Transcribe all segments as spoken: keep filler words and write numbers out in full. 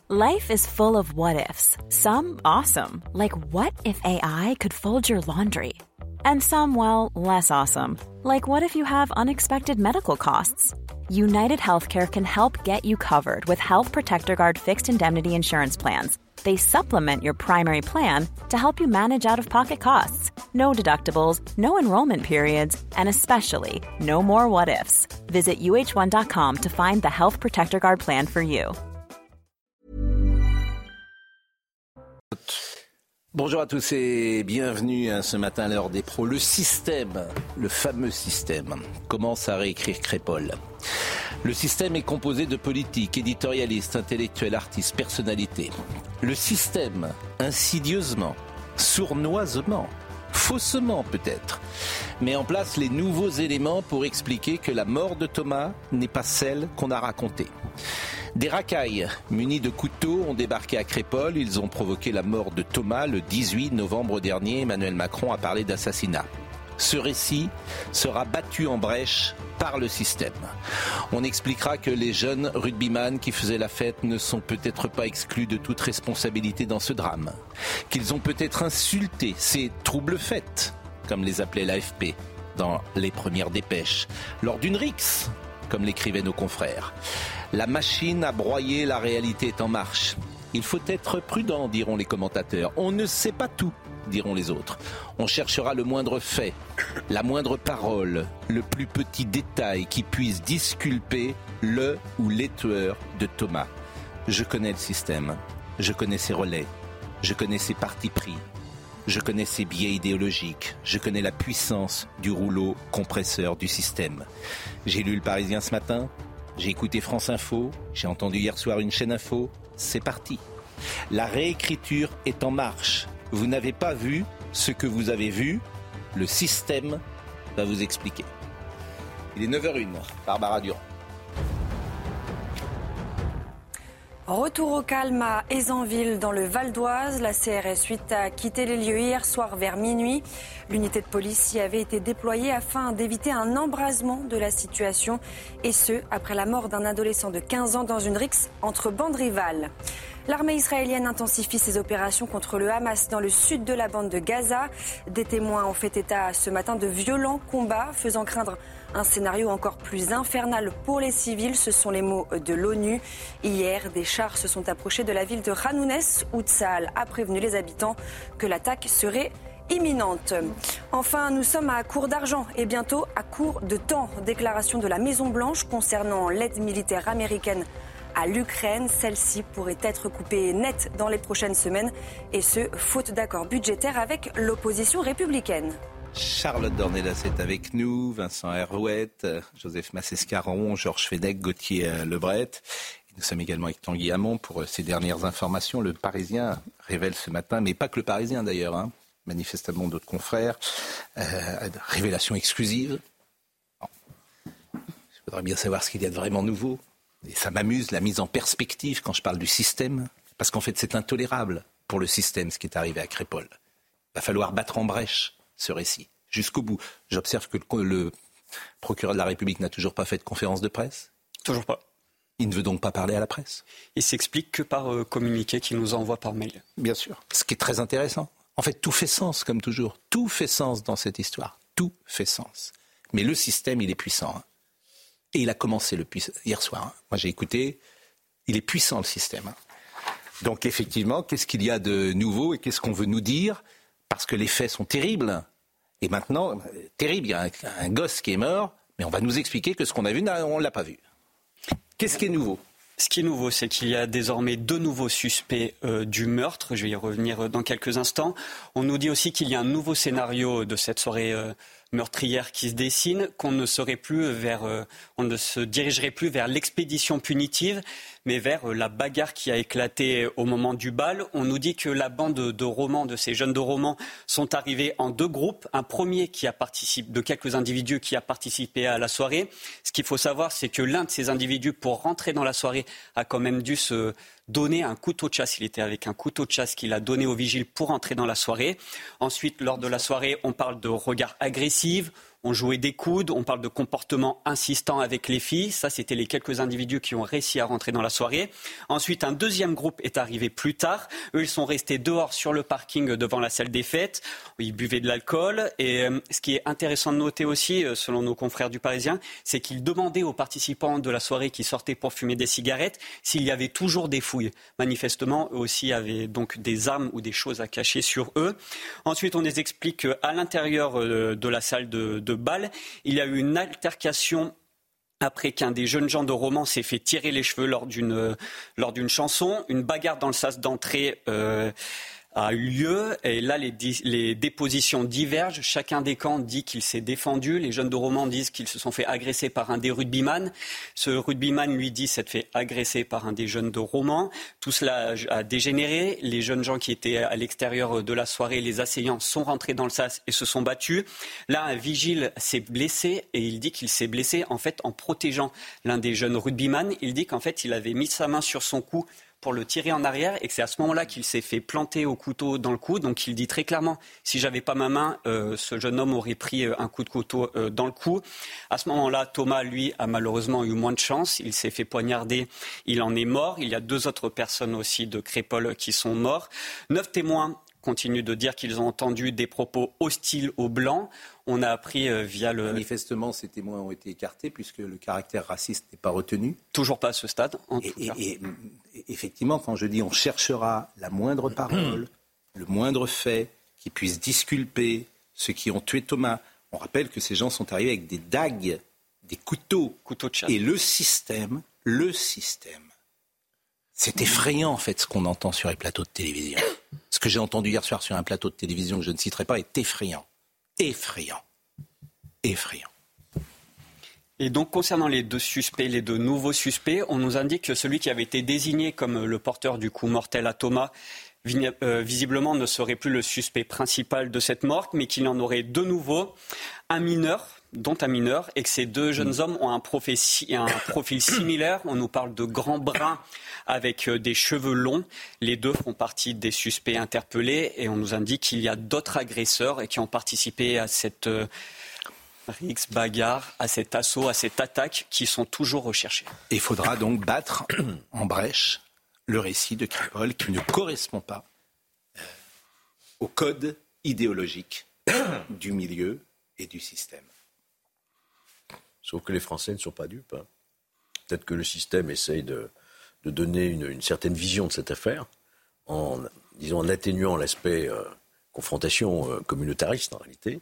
Life is full of what-ifs. Some awesome, like what if A I could fold your laundry? And some, well, less awesome, like what if you have unexpected medical costs? United Healthcare can help get you covered with Health Protector Guard fixed indemnity insurance plans. They supplement your primary plan to help you manage out-of-pocket costs. No deductibles, no enrollment periods, and especially no more what-ifs. Visit U H one dot com to find the Health Protector Guard plan for you. Bonjour à tous et bienvenue hein, ce matin à l'heure des pros. Le système, le fameux système, commence à réécrire Crépol. Le système est composé de politiques, éditorialistes, intellectuels, artistes, personnalités. Le système, insidieusement, sournoisement, faussement peut-être, met en place les nouveaux éléments pour expliquer que la mort de Thomas n'est pas celle qu'on a racontée. Des racailles munis de couteaux ont débarqué à Crépol. Ils ont provoqué la mort de Thomas le dix-huit novembre dernier. Emmanuel Macron a parlé d'assassinat. Ce récit sera battu en brèche par le système. On expliquera que les jeunes rugbyman qui faisaient la fête ne sont peut-être pas exclus de toute responsabilité dans ce drame. Qu'ils ont peut-être insulté ces troubles fêtes, comme les appelait l'A F P dans les premières dépêches, lors d'une rixe, comme l'écrivaient nos confrères. La machine à broyer la réalité est en marche. Il faut être prudent, diront les commentateurs. On ne sait pas tout, diront les autres. On cherchera le moindre fait, la moindre parole, le plus petit détail qui puisse disculper le ou les tueurs de Thomas. Je connais le système, je connais ses relais, je connais ses partis pris, je connais ses biais idéologiques, je connais la puissance du rouleau compresseur du système. J'ai lu Le Parisien ce matin, j'ai écouté France Info, j'ai entendu hier soir une chaîne info, c'est parti. La réécriture est en marche. Vous n'avez pas vu ce que vous avez vu, le système va vous expliquer. Il est neuf heures une, Barbara Durand. Retour au calme à Ézanville dans le Val d'Oise. La C R S huit a quitté les lieux hier soir vers minuit. L'unité de police y avait été déployée afin d'éviter un embrasement de la situation. Et ce, après la mort d'un adolescent de quinze ans dans une rixe entre bandes rivales. L'armée israélienne intensifie ses opérations contre le Hamas dans le sud de la bande de Gaza. Des témoins ont fait état ce matin de violents combats, faisant craindre un scénario encore plus infernal pour les civils. Ce sont les mots de l'ONU. Hier, des chars se sont approchés de la ville de Ranounès, où Tsahal a prévenu les habitants que l'attaque serait imminente. Enfin, nous sommes à court d'argent et bientôt à court de temps. Déclaration de la Maison-Blanche concernant l'aide militaire américaine à l'Ukraine. Celle-ci pourrait être coupée net dans les prochaines semaines, et ce, faute d'accord budgétaire avec l'opposition républicaine. Charlotte Dornelas est avec nous, Vincent Herouette, Joseph Massescaron, Georges Fenech, Gauthier Lebret. Nous sommes également avec Tanguy Hamon pour ces dernières informations. Le Parisien révèle ce matin, mais pas que le Parisien d'ailleurs, hein, manifestement d'autres confrères, euh, révélation exclusive. Bon. Je voudrais bien savoir ce qu'il y a de vraiment nouveau. Et ça m'amuse, la mise en perspective quand je parle du système, parce qu'en fait c'est intolérable pour le système ce qui est arrivé à Crépol. Il va falloir battre en brèche ce récit, jusqu'au bout. J'observe que le, le procureur de la République n'a toujours pas fait de conférence de presse. Toujours pas. Il ne veut donc pas parler à la presse. Il s'explique que par euh, communiqué qu'il nous envoie par mail. Bien sûr. Ce qui est très intéressant. En fait, tout fait sens, comme toujours. Tout fait sens dans cette histoire. Tout fait sens. Mais le système, il est puissant. Hein. Et il a commencé le puiss... hier soir. Hein. Moi, j'ai écouté. Il est puissant, le système. Hein. Donc, effectivement, qu'est-ce qu'il y a de nouveau et qu'est-ce qu'on veut nous dire ? Parce que les faits sont terribles. Et maintenant, terrible, il y a un, un gosse qui est mort, mais on va nous expliquer que ce qu'on a vu, on ne l'a pas vu. Qu'est-ce qui est nouveau ? Ce qui est nouveau, c'est qu'il y a désormais deux nouveaux suspects euh, du meurtre. Je vais y revenir dans quelques instants. On nous dit aussi qu'il y a un nouveau scénario de cette soirée euh, meurtrière qui se dessine, qu'on ne serait plus vers, euh, on ne se dirigerait plus vers l'expédition punitive, mais vers euh, la bagarre qui a éclaté au moment du bal. On nous dit que la bande de, de romans, de ces jeunes de romans, sont arrivés en deux groupes. Un premier qui a participé, de quelques individus qui a participé à la soirée. Ce qu'il faut savoir, c'est que l'un de ces individus, pour rentrer dans la soirée, a quand même dû se donner un couteau de chasse. Il était avec un couteau de chasse qu'il a donné au vigile pour entrer dans la soirée. Ensuite, lors de la soirée, on parle de regards agressifs. On jouait des coudes, on parle de comportement insistant avec les filles. Ça, c'était les quelques individus qui ont réussi à rentrer dans la soirée. Ensuite, un deuxième groupe est arrivé plus tard. Eux, ils sont restés dehors sur le parking devant la salle des fêtes. Ils buvaient de l'alcool. Et euh, ce qui est intéressant de noter aussi, euh, selon nos confrères du Parisien, c'est qu'ils demandaient aux participants de la soirée qui sortaient pour fumer des cigarettes s'il y avait toujours des fouilles. Manifestement, eux aussi avaient donc des armes ou des choses à cacher sur eux. Ensuite, on les explique qu'à l'intérieur euh, de la salle de, de bal, il y a eu une altercation après qu'un des jeunes gens de Romans s'est fait tirer les cheveux lors d'une, euh, lors d'une chanson. Une bagarre dans le sas d'entrée euh, a eu lieu. Et là, les, di- les dépositions divergent. Chacun des camps dit qu'il s'est défendu. Les jeunes de Romans disent qu'ils se sont fait agresser par un des rugbyman. Ce rugbyman lui dit s'être fait agresser par un des jeunes de Romans. Tout cela a dégénéré. Les jeunes gens qui étaient à l'extérieur de la soirée, les assaillants, sont rentrés dans le sas et se sont battus. Là, un vigile s'est blessé et il dit qu'il s'est blessé en fait en protégeant l'un des jeunes rugbyman. Il dit qu'en fait, il avait mis sa main sur son cou pour le tirer en arrière et que c'est à ce moment-là qu'il s'est fait planter au couteau dans le cou. Donc il dit très clairement, si j'avais pas ma main, euh, ce jeune homme aurait pris euh, un coup de couteau euh, dans le cou. À ce moment-là, Thomas, lui, a malheureusement eu moins de chance. Il s'est fait poignarder, il en est mort. Il y a deux autres personnes aussi de Crépol qui sont morts. Neuf témoins continuent de dire qu'ils ont entendu des propos hostiles aux Blancs. On a appris euh, via le... Manifestement, ces témoins ont été écartés puisque le caractère raciste n'est pas retenu. Toujours pas à ce stade, en et, tout et, cas. Et, et effectivement, quand je dis on cherchera la moindre parole, le moindre fait qui puisse disculper ceux qui ont tué Thomas, on rappelle que ces gens sont arrivés avec des dagues, des couteaux. Couteau de chasse. Et le système, le système, c'est effrayant en fait ce qu'on entend sur les plateaux de télévision. Ce que j'ai entendu hier soir sur un plateau de télévision que je ne citerai pas est effrayant. Effrayant. Effrayant. Et donc, concernant les deux suspects, les deux nouveaux suspects, on nous indique que celui qui avait été désigné comme le porteur du coup mortel à Thomas, visiblement ne serait plus le suspect principal de cette mort, mais qu'il en aurait de nouveau un mineur, dont un mineur, et que ces deux jeunes hommes ont un profil, un profil similaire. On nous parle de grands bruns avec des cheveux longs. Les deux font partie des suspects interpellés et on nous indique qu'il y a d'autres agresseurs et qui ont participé à cette euh, rixe, bagarre, à cet assaut, à cette attaque qui sont toujours recherchés. Il faudra donc battre en brèche le récit de Crépol qui ne correspond pas euh, au code idéologique du milieu et du système. Sauf que les Français ne sont pas dupes. Hein. Peut-être que le système essaye de, de donner une, une certaine vision de cette affaire en, disons, en atténuant l'aspect euh, confrontation euh, communautariste en réalité.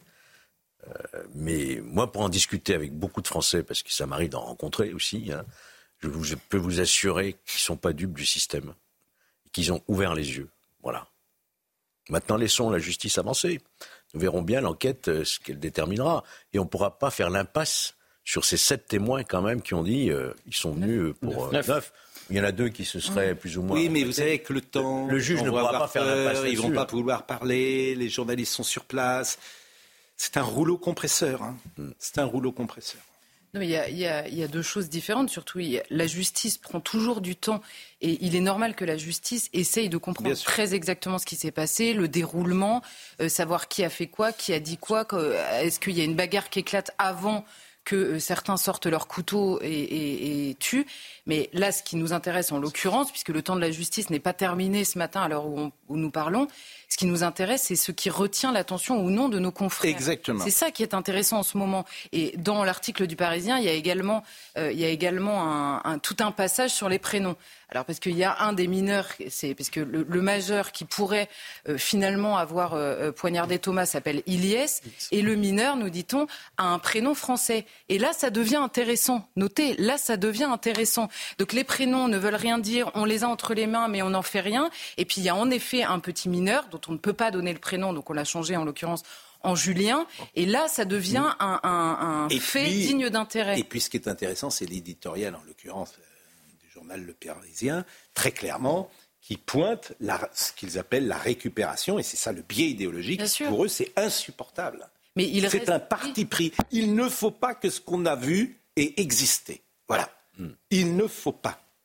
Euh, mais moi, pour en discuter avec beaucoup de Français, parce que ça m'arrive d'en rencontrer aussi, hein, je, vous, je peux vous assurer qu'ils ne sont pas dupes du système, qu'ils ont ouvert les yeux. Voilà. Maintenant, laissons la justice avancer. Nous verrons bien l'enquête, euh, ce qu'elle déterminera. Et on ne pourra pas faire l'impasse sur ces sept témoins quand même qui ont dit euh, ils sont venus pour euh, neuf. neuf. Il y en a deux qui se seraient plus ou moins... Oui, mais vous savez que le temps... Le juge ne pourra pas faire l'impasse là-dessus. Ils ne vont pas pouvoir parler, les journalistes sont sur place. C'est un rouleau compresseur. Hein. Mm. C'est un rouleau compresseur. Non, mais il y a, il y a, il y a deux choses différentes. Surtout, il y a, la justice prend toujours du temps. Et il est normal que la justice essaye de comprendre très exactement ce qui s'est passé, le déroulement, euh, savoir qui a fait quoi, qui a dit quoi. Que, est-ce qu'il y a une bagarre qui éclate avant que euh, certains sortent leur couteau et, et, et tuent. Mais là, ce qui nous intéresse en l'occurrence, puisque le temps de la justice n'est pas terminé ce matin à l'heure où, on, où nous parlons, ce qui nous intéresse, c'est ce qui retient l'attention ou non de nos confrères. Exactement. C'est ça qui est intéressant en ce moment. Et dans l'article du Parisien, il y a également, euh, il y a également un, un, tout un passage sur les prénoms. Alors parce qu'il y a un des mineurs, c'est parce que le, le majeur qui pourrait euh, finalement avoir euh, poignardé Thomas s'appelle Ilyes, et le mineur, nous dit-on, a un prénom français. Et là, ça devient intéressant. Notez, là, ça devient intéressant. Donc les prénoms ne veulent rien dire, on les a entre les mains, mais on n'en fait rien. Et puis il y a en effet un petit mineur dont on ne peut pas donner le prénom, donc on l'a changé en l'occurrence en Julien. Et là, ça devient un, un, un fait puis, digne d'intérêt. Et puis ce qui est intéressant, c'est l'éditorial, en l'occurrence euh, du journal Le Parisien, très clairement, qui pointe la, ce qu'ils appellent la récupération. Et c'est ça le biais idéologique. Pour eux, c'est insupportable. Mais il c'est reste... un parti pris. Il ne faut pas que ce qu'on a vu ait existé. Voilà. Hmm. Il ne faut pas.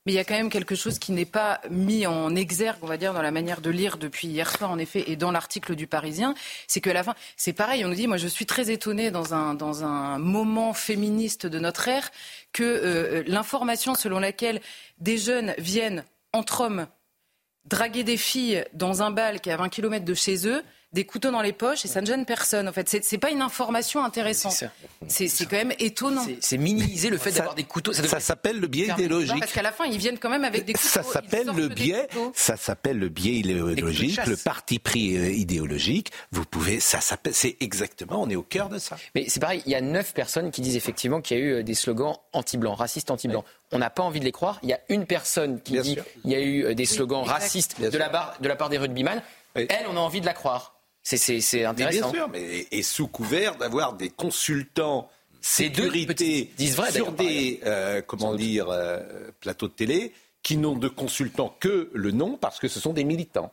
Mais il y a quand même quelque chose qui n'est pas mis en exergue, on va dire, dans la manière de lire depuis hier soir, en effet, et dans l'article du Parisien, c'est qu'à la fin, c'est pareil, on nous dit, moi je suis très étonnée dans un, dans un moment féministe de notre ère, que euh, l'information selon laquelle des jeunes viennent, entre hommes, draguer des filles dans un bal qui est à vingt kilomètres de chez eux, des couteaux dans les poches, et ça ne gêne personne. En fait, c'est, c'est pas une information intéressante. C'est, c'est, c'est quand même étonnant. C'est, c'est minimiser le fait ça, d'avoir des couteaux. Ça, ça s'appelle le biais idéologique. Parce qu'à la fin, ils viennent quand même avec des couteaux. Ça s'appelle le biais. Ça s'appelle le biais idéologique, le parti pris idéologique. Vous pouvez, ça s'appelle, c'est exactement. On est au cœur de ça. Mais c'est pareil. Il y a neuf personnes qui disent effectivement qu'il y a eu des slogans anti-blancs, racistes anti-blancs. Oui. On n'a pas envie de les croire. Il y a une personne qui Bien dit qu'il y a eu des slogans oui, racistes de la, barre, de la part des rugbyman. Oui. Elle, on a envie de la croire. C'est, c'est, c'est intéressant. Mais bien sûr, mais, et sous couvert d'avoir des consultants sécurité deux, vrai, sur des euh, comment dire euh, plateaux de télé qui n'ont de consultants que le nom parce que ce sont des militants.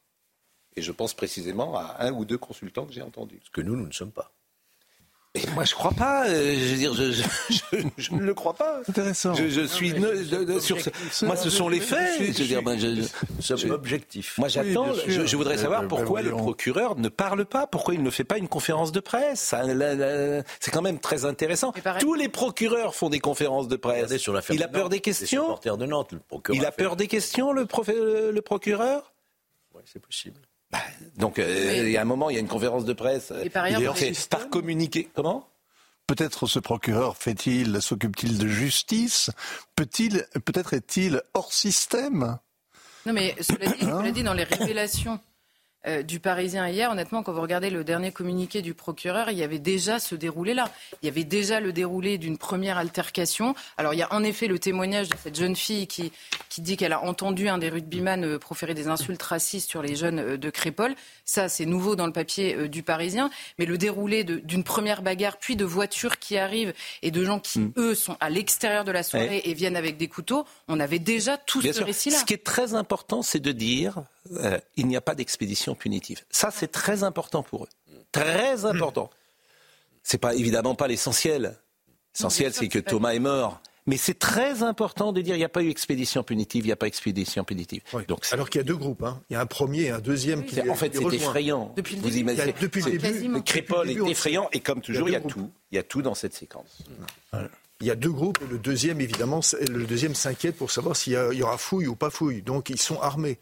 Et je pense précisément à un ou deux consultants que j'ai entendus. Ce que nous, nous ne sommes pas. Et moi, je crois pas. Euh, je veux dire, je, je, je, je ne le crois pas. Intéressant. Je, je suis non, ne, de, de, sur. Ce, moi, ce sont les faits. Je veux dire, ben, je, nous sommes objectifs. Moi, j'attends. Oui, je, je voudrais savoir pourquoi ben, le procureur ne parle pas, pourquoi il ne fait pas une conférence de presse. Ça, la, la, c'est quand même très intéressant. Tous les procureurs font des conférences de presse. Sur il a peur de des questions. De Nantes, le il a peur fait... des questions, le, prof... le procureur. Oui, c'est possible. Bah, donc, euh, il y a un moment, il y a une conférence de presse. Et par ailleurs, il est fait par communiquer. Comment? Peut-être ce procureur fait-il, s'occupe-t-il de justice? Peut-il, peut-être est-il hors système? Non mais cela dit, hein? cela dit dans les révélations euh, du Parisien hier, honnêtement, quand vous regardez le dernier communiqué du procureur, il y avait déjà ce déroulé-là. Il y avait déjà le déroulé d'une première altercation. Alors il y a en effet le témoignage de cette jeune fille qui, qui dit qu'elle a entendu un des rugbyman euh, proférer des insultes racistes sur les jeunes euh, de Crépol. Ça, c'est nouveau dans le papier euh, du Parisien. Mais le déroulé de, d'une première bagarre, puis de voitures qui arrivent et de gens qui, mmh. eux, sont à l'extérieur de la soirée ouais. et viennent avec des couteaux, on avait déjà tout Bien ce sûr. récit-là. Ce qui est très important, c'est de dire euh, il n'y a pas d'expédition punitive. Ça, c'est très important pour eux. Très important. C'est pas évidemment pas l'essentiel. L'essentiel, non, c'est que Thomas est mort. Mais c'est très important de dire il n'y a pas eu expédition punitive, il n'y a pas expédition punitive. Oui. Donc, alors qu'il y a deux groupes. Hein. Il y a un premier et un deuxième oui, qui En fait, qui c'est rejoint. effrayant. Depuis le Vous début. imaginez, il y a, depuis le début. Crépol est effrayant et comme toujours, il y a, il y a tout. Il y a tout dans cette séquence. Voilà. Il y a deux groupes et le deuxième, évidemment, le deuxième s'inquiète pour savoir s'il y, a, il y aura fouille ou pas fouille. Donc, ils sont armés.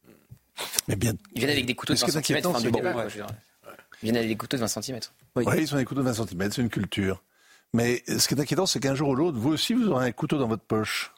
Mais bien, ils viennent avec des couteaux de vingt centimètres. Enfin, de bon, ouais, ouais. Ils viennent avec des couteaux de vingt centimètres. Oui, ouais, ils ont des couteaux de vingt centimètres, c'est une culture. Mais ce qui est inquiétant, c'est qu'un jour ou l'autre, vous aussi, vous aurez un couteau dans votre poche.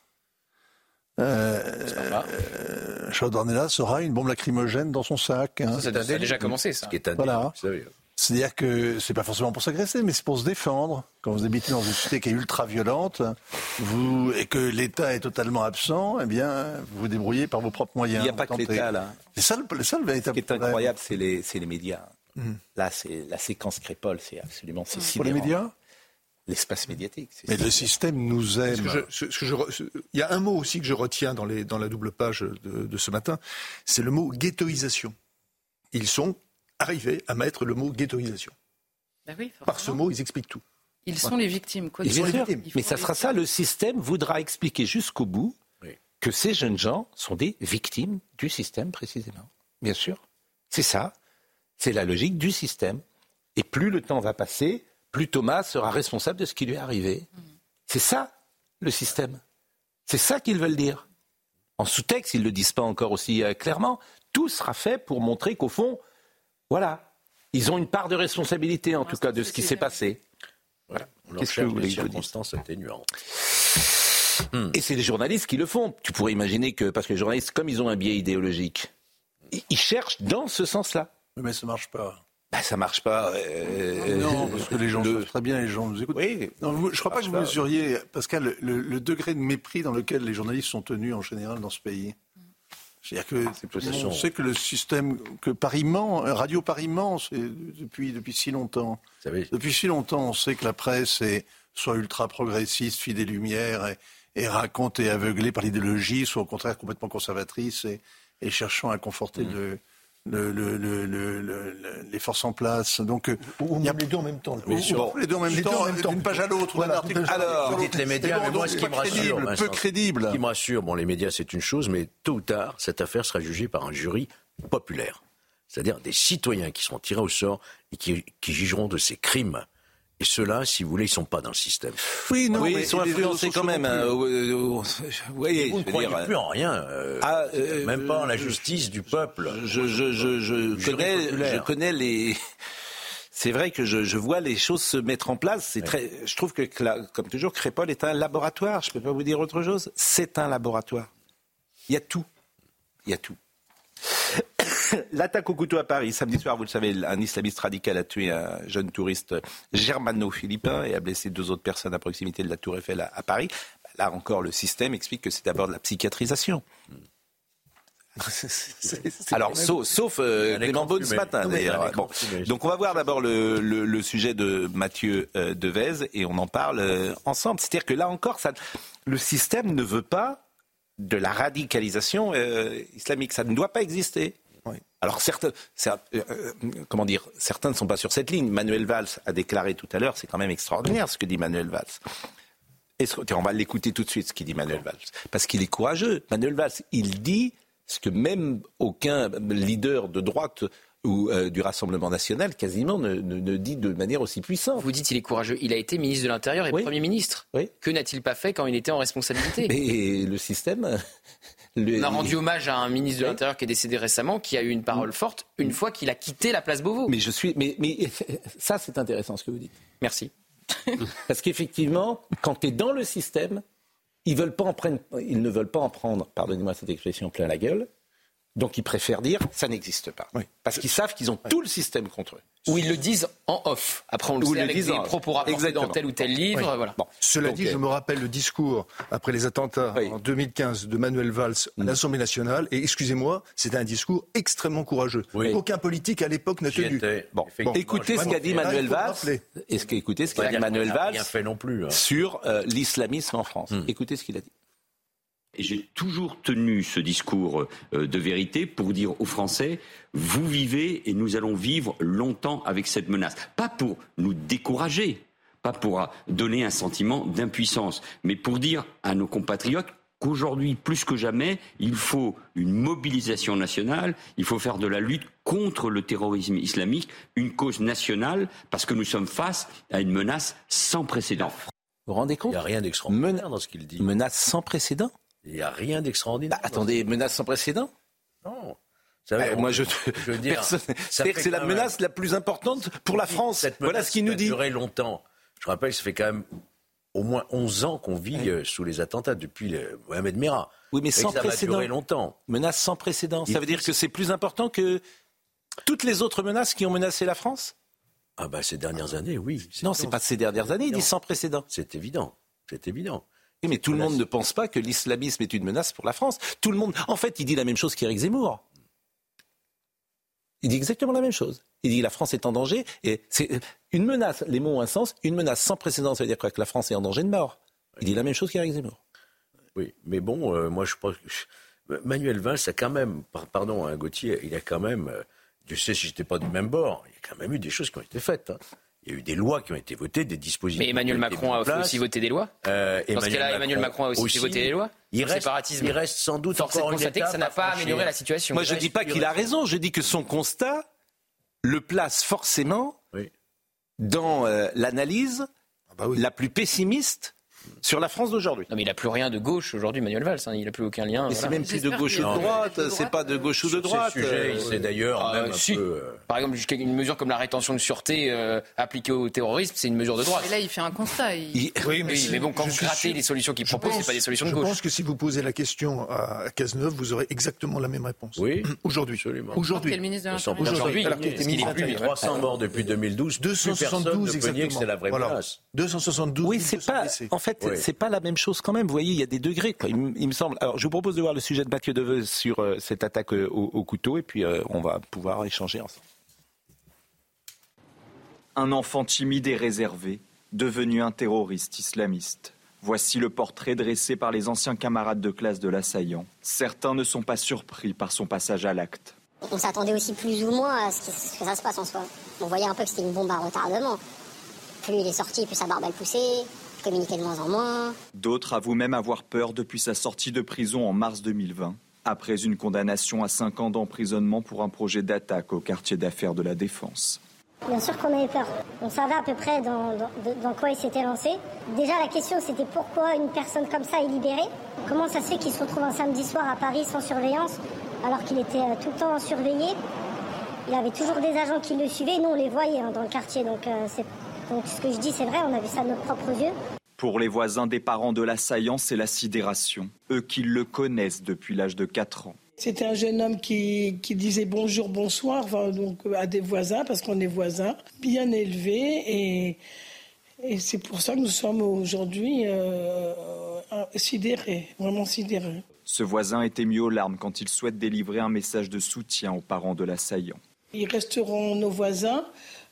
Euh, euh, Charles Dornelas aura une bombe lacrymogène dans son sac. Hein. Ça, ça, ça a déjà commencé, ça. Ce qui est un voilà. C'est-à-dire que c'est pas forcément pour s'agresser, mais c'est pour se défendre. Quand vous habitez dans une société qui est ultra violente, vous et que l'État est totalement absent, eh bien, vous vous débrouillez par vos propres moyens. Il n'y a pas que l'État là. C'est ça, le, ça le véritable. Ce qui est incroyable, c'est les, c'est les médias. Mmh. Là, c'est la séquence Crépol, c'est absolument c'est sidérant. Pour les médias. L'espace médiatique. C'est Mais le système nous aime. Ce que je, ce, ce que je, ce, il y a un mot aussi que je retiens dans, les, dans la double page de, de ce matin, c'est le mot ghettoisation. Ils sont arrivés à mettre le mot ghettoisation. Ben oui, par ce mot, ils expliquent tout. Ils sont ouais. les victimes. Quoi. Ils sont les victimes. Mais ça sera ça, le système voudra expliquer jusqu'au bout oui. que ces jeunes gens sont des victimes du système, précisément. Bien sûr. C'est ça. C'est la logique du système. Et plus le temps va passer, plus Thomas sera responsable de ce qui lui est arrivé. Mmh. C'est ça, le système. C'est ça qu'ils veulent dire. En sous-texte, ils ne le disent pas encore aussi euh, clairement. Tout sera fait pour montrer qu'au fond, voilà, ils ont une part de responsabilité, en tout cas, de ce qui s'est passé. Voilà. On leur cherche des circonstances atténuantes. Mmh. Et c'est les journalistes qui le font. Tu pourrais imaginer que, parce que les journalistes, comme ils ont un biais idéologique, ils cherchent dans ce sens-là. Mais ça ne marche pas. Ben, ça marche pas. Euh, non, parce que les gens le... savent très bien, les gens nous écoutent. Oui. Non, vous, je ne crois pas que vous mesuriez, Pascal, le, le, le degré de mépris dans lequel les journalistes sont tenus en général dans ce pays. C'est-à-dire que ah, on sait que le système, que Paris ment, Radio Paris ment, c'est depuis depuis si longtemps. Depuis si longtemps, on sait que la presse est soit ultra progressiste, fille des Lumières, et, et raconte et aveuglée par l'idéologie, soit au contraire complètement conservatrice et, et cherchant à conforter mmh. le le, le, le, le, le, les forces en place. Donc, ou il y a les deux en même temps. Ou, bon, les deux en même les temps, deux en même temps. d'une page à l'autre. Voilà, alors, vous dites les médias, mais moi, ce qui me rassure, peu Vincent, crédible. Ce qui me rassure, bon, les médias, c'est une chose, mais tôt ou tard, cette affaire sera jugée par un jury populaire. C'est-à-dire des citoyens qui seront tirés au sort et qui, qui jugeront de ces crimes. Et ceux-là, si vous voulez, ils ne sont pas dans le système. Oui, non, oui, mais ils sont influencés quand même. Hein, euh, euh, oui, vous ne croyez dire, plus en rien, euh, ah, euh, même pas en la justice du peuple. Je, je, je, je, connais, je connais les... C'est vrai que je, je vois les choses se mettre en place. C'est très, je trouve que, comme toujours, Crépol est un laboratoire. Je ne peux pas vous dire autre chose. C'est un laboratoire. Il y a tout. Il y a tout. L'attaque au couteau à Paris. Samedi soir, vous le savez, un islamiste radical a tué un jeune touriste germano-philippin et a blessé deux autres personnes à proximité de la Tour Eiffel à, à Paris. Là encore, le système explique que c'est d'abord de la psychiatrisation. c'est, c'est, c'est Alors, sauf, sauf euh, Clément Beaune ce matin, d'ailleurs. Bon. Donc, on va voir d'abord le, le, le sujet de Mathieu euh, Devez et on en parle euh, ensemble. C'est-à-dire que là encore, ça, le système ne veut pas de la radicalisation euh, islamique. Ça ne doit pas exister. Oui. Alors certains, euh, comment dire, certains ne sont pas sur cette ligne. Manuel Valls a déclaré tout à l'heure, c'est quand même extraordinaire ce que dit Manuel Valls. Est-ce que, on va l'écouter tout de suite ce qu'il dit Manuel Valls, parce qu'il est courageux. Manuel Valls, il dit ce que même aucun leader de droite ou euh, du Rassemblement national quasiment ne, ne, ne dit de manière aussi puissante. Vous dites qu'il est courageux. Il a été ministre de l'Intérieur et oui. Premier ministre. Oui. Que n'a-t-il pas fait quand il était en responsabilité ? Mais le système... Le... On a rendu hommage à un ministre de l'Intérieur qui est décédé récemment, qui a eu une parole forte une fois qu'il a quitté la place Beauvau. Mais je suis, mais, mais ça c'est intéressant ce que vous dites. Merci. Parce qu'effectivement, quand tu es dans le système, ils veulent pas en prendre, ils ne veulent pas en prendre, pardonnez-moi cette expression, plein la gueule. Donc ils préfèrent dire ça n'existe pas. Oui. Parce qu'ils savent qu'ils ont oui. tout le système contre eux. Ou ils le disent en off. Après on le Ou sait le avec des propos rapportés dans tel ou tel livre. Oui. Voilà. Bon. Cela Donc, dit, euh... je me rappelle le discours après les attentats oui. en deux mille quinze de Manuel Valls à l'Assemblée nationale. Et excusez-moi, c'était un discours extrêmement courageux. Oui. Aucun politique à l'époque n'a tenu. Bon. Bon. Écoutez ce qu'a dit Manuel Valls. Est-ce qu'écoutez ce qu'a dit Manuel Valls fait non plus, hein. sur euh, l'islamisme en France. Hum. Écoutez ce qu'il a dit. Et j'ai toujours tenu ce discours de vérité pour dire aux Français, vous vivez et nous allons vivre longtemps avec cette menace. Pas pour nous décourager, pas pour donner un sentiment d'impuissance, mais pour dire à nos compatriotes qu'aujourd'hui, plus que jamais, il faut une mobilisation nationale, il faut faire de la lutte contre le terrorisme islamique une cause nationale, parce que nous sommes face à une menace sans précédent. Vous vous rendez compte ? Il n'y a rien d'extraordinaire dans ce qu'il dit. Menace sans précédent ? Il n'y a rien d'extraordinaire. Bah, attendez, menace sans précédent ? Non. Savez, euh, moi, je, je veux dire, personne... c'est-à-dire que c'est la menace même... la plus importante pour la France. Cette voilà ce qu'il nous dit. Ça a duré longtemps. Je rappelle, ça fait quand même au moins onze ans qu'on vit ouais. sous les attentats depuis le Mohamed Merah. Oui, mais sans ça précédent. Ça a duré longtemps. Menace sans précédent. Ça veut dire que c'est plus important que toutes les autres menaces qui ont menacé la France ? Ah bah ces dernières années, oui. C'est non, c'est pas ces dernières années. Il dit sans précédent. C'est évident. C'est évident. Oui, mais tout le monde ne pense pas que l'islamisme est une menace pour la France. Tout le monde, en fait, il dit la même chose qu'Éric Zemmour. Il dit exactement la même chose. Il dit que la France est en danger et c'est une menace. Les mots ont un sens. Une menace sans précédent, ça veut dire quoi ? Que la France est en danger de mort. Il dit la même chose qu'Éric Zemmour. Oui, mais bon, euh, moi je pense que Manuel Valls a quand même, pardon, hein, Gauthier, il a quand même, euh, Dieu sait si j'étais pas du même bord, il y a quand même eu des choses qui ont été faites. Hein. Il y a eu des lois qui ont été votées, des dispositions. Mais Emmanuel Macron a aussi voté des lois. Euh, Dans ce cas-là, Emmanuel Macron a aussi, aussi voté des lois. Il reste, séparatisme. il reste sans doute Force encore est de constater que ça n'a pas amélioré la situation. Moi, je ne dis pas qu'il a raison. Je dis que son constat le place forcément oui. dans euh, l'analyse ah bah oui. la plus pessimiste sur la France d'aujourd'hui. Non mais il n'a plus rien de gauche aujourd'hui, Manuel Valls. Hein. Il n'a plus aucun lien. Mais voilà. C'est même plus de gauche ou de droite. De c'est pas de gauche ou de droite. Sujet, euh, c'est d'ailleurs euh, même si. un peu... Euh... Par exemple, une mesure comme la rétention de sûreté euh, appliquée au terrorisme, c'est une mesure de droite. Mais là, il fait un constat. Il... Il... Oui, mais, oui, mais bon, quand vous grattez sûr... les solutions qu'il propose, c'est pas des solutions de gauche. Je pense que si vous posez la question à Cazeneuve, vous aurez exactement la même réponse. Oui. Aujourd'hui. Absolument. Aujourd'hui. Quel ministre de l'Intérieur Aujourd'hui. Alors qu'il était ministre de l'Intérieur. trois cents morts depuis deux mille douze. deux cent soixante-douze exactement. C'est la vraie menace. deux cent soixante-douze. Oui, c'est pas. En fait, c'est pas la même chose quand même. Vous voyez, il y a des degrés. Il, il me semble. Alors, je vous propose de voir le sujet de Mathieu Devez sur euh, cette attaque euh, au, au couteau, et puis euh, on va pouvoir échanger ensemble. Un enfant timide et réservé, devenu un terroriste islamiste. Voici le portrait dressé par les anciens camarades de classe de l'assaillant. Certains ne sont pas surpris par son passage à l'acte. on s'attendait aussi plus ou moins à ce que, ce que ça se passe en soi. On voyait un peu que c'était une bombe à retardement. Plus il est sorti, plus sa barbe elle poussait, il communiquait de moins en moins. D'autres avouent même avoir peur depuis sa sortie de prison en mars deux mille vingt, après une condamnation à cinq ans d'emprisonnement pour un projet d'attaque au quartier d'affaires de la Défense. Bien sûr qu'on avait peur. On savait à peu près dans, dans, dans quoi il s'était lancé. Déjà, la question, c'était pourquoi une personne comme ça est libérée. Comment ça se fait qu'il se retrouve un samedi soir à Paris sans surveillance, alors qu'il était tout le temps surveillé. Il avait toujours des agents qui le suivaient. Nous, on les voyait hein, dans le quartier. Donc, euh, c'est, donc, ce que je dis, c'est vrai, on a vu ça de nos propres yeux. Pour les voisins des parents de l'assaillant, c'est la sidération. Eux qui le connaissent depuis l'âge de quatre ans. C'était un jeune homme qui, qui disait bonjour, bonsoir enfin, donc, à des voisins, parce qu'on est voisins, bien élevé. Et, et c'est pour ça que nous sommes aujourd'hui euh, sidérés, vraiment sidérés. Ce voisin est ému aux larmes quand il souhaite délivrer un message de soutien aux parents de l'assaillant. Ils resteront nos voisins,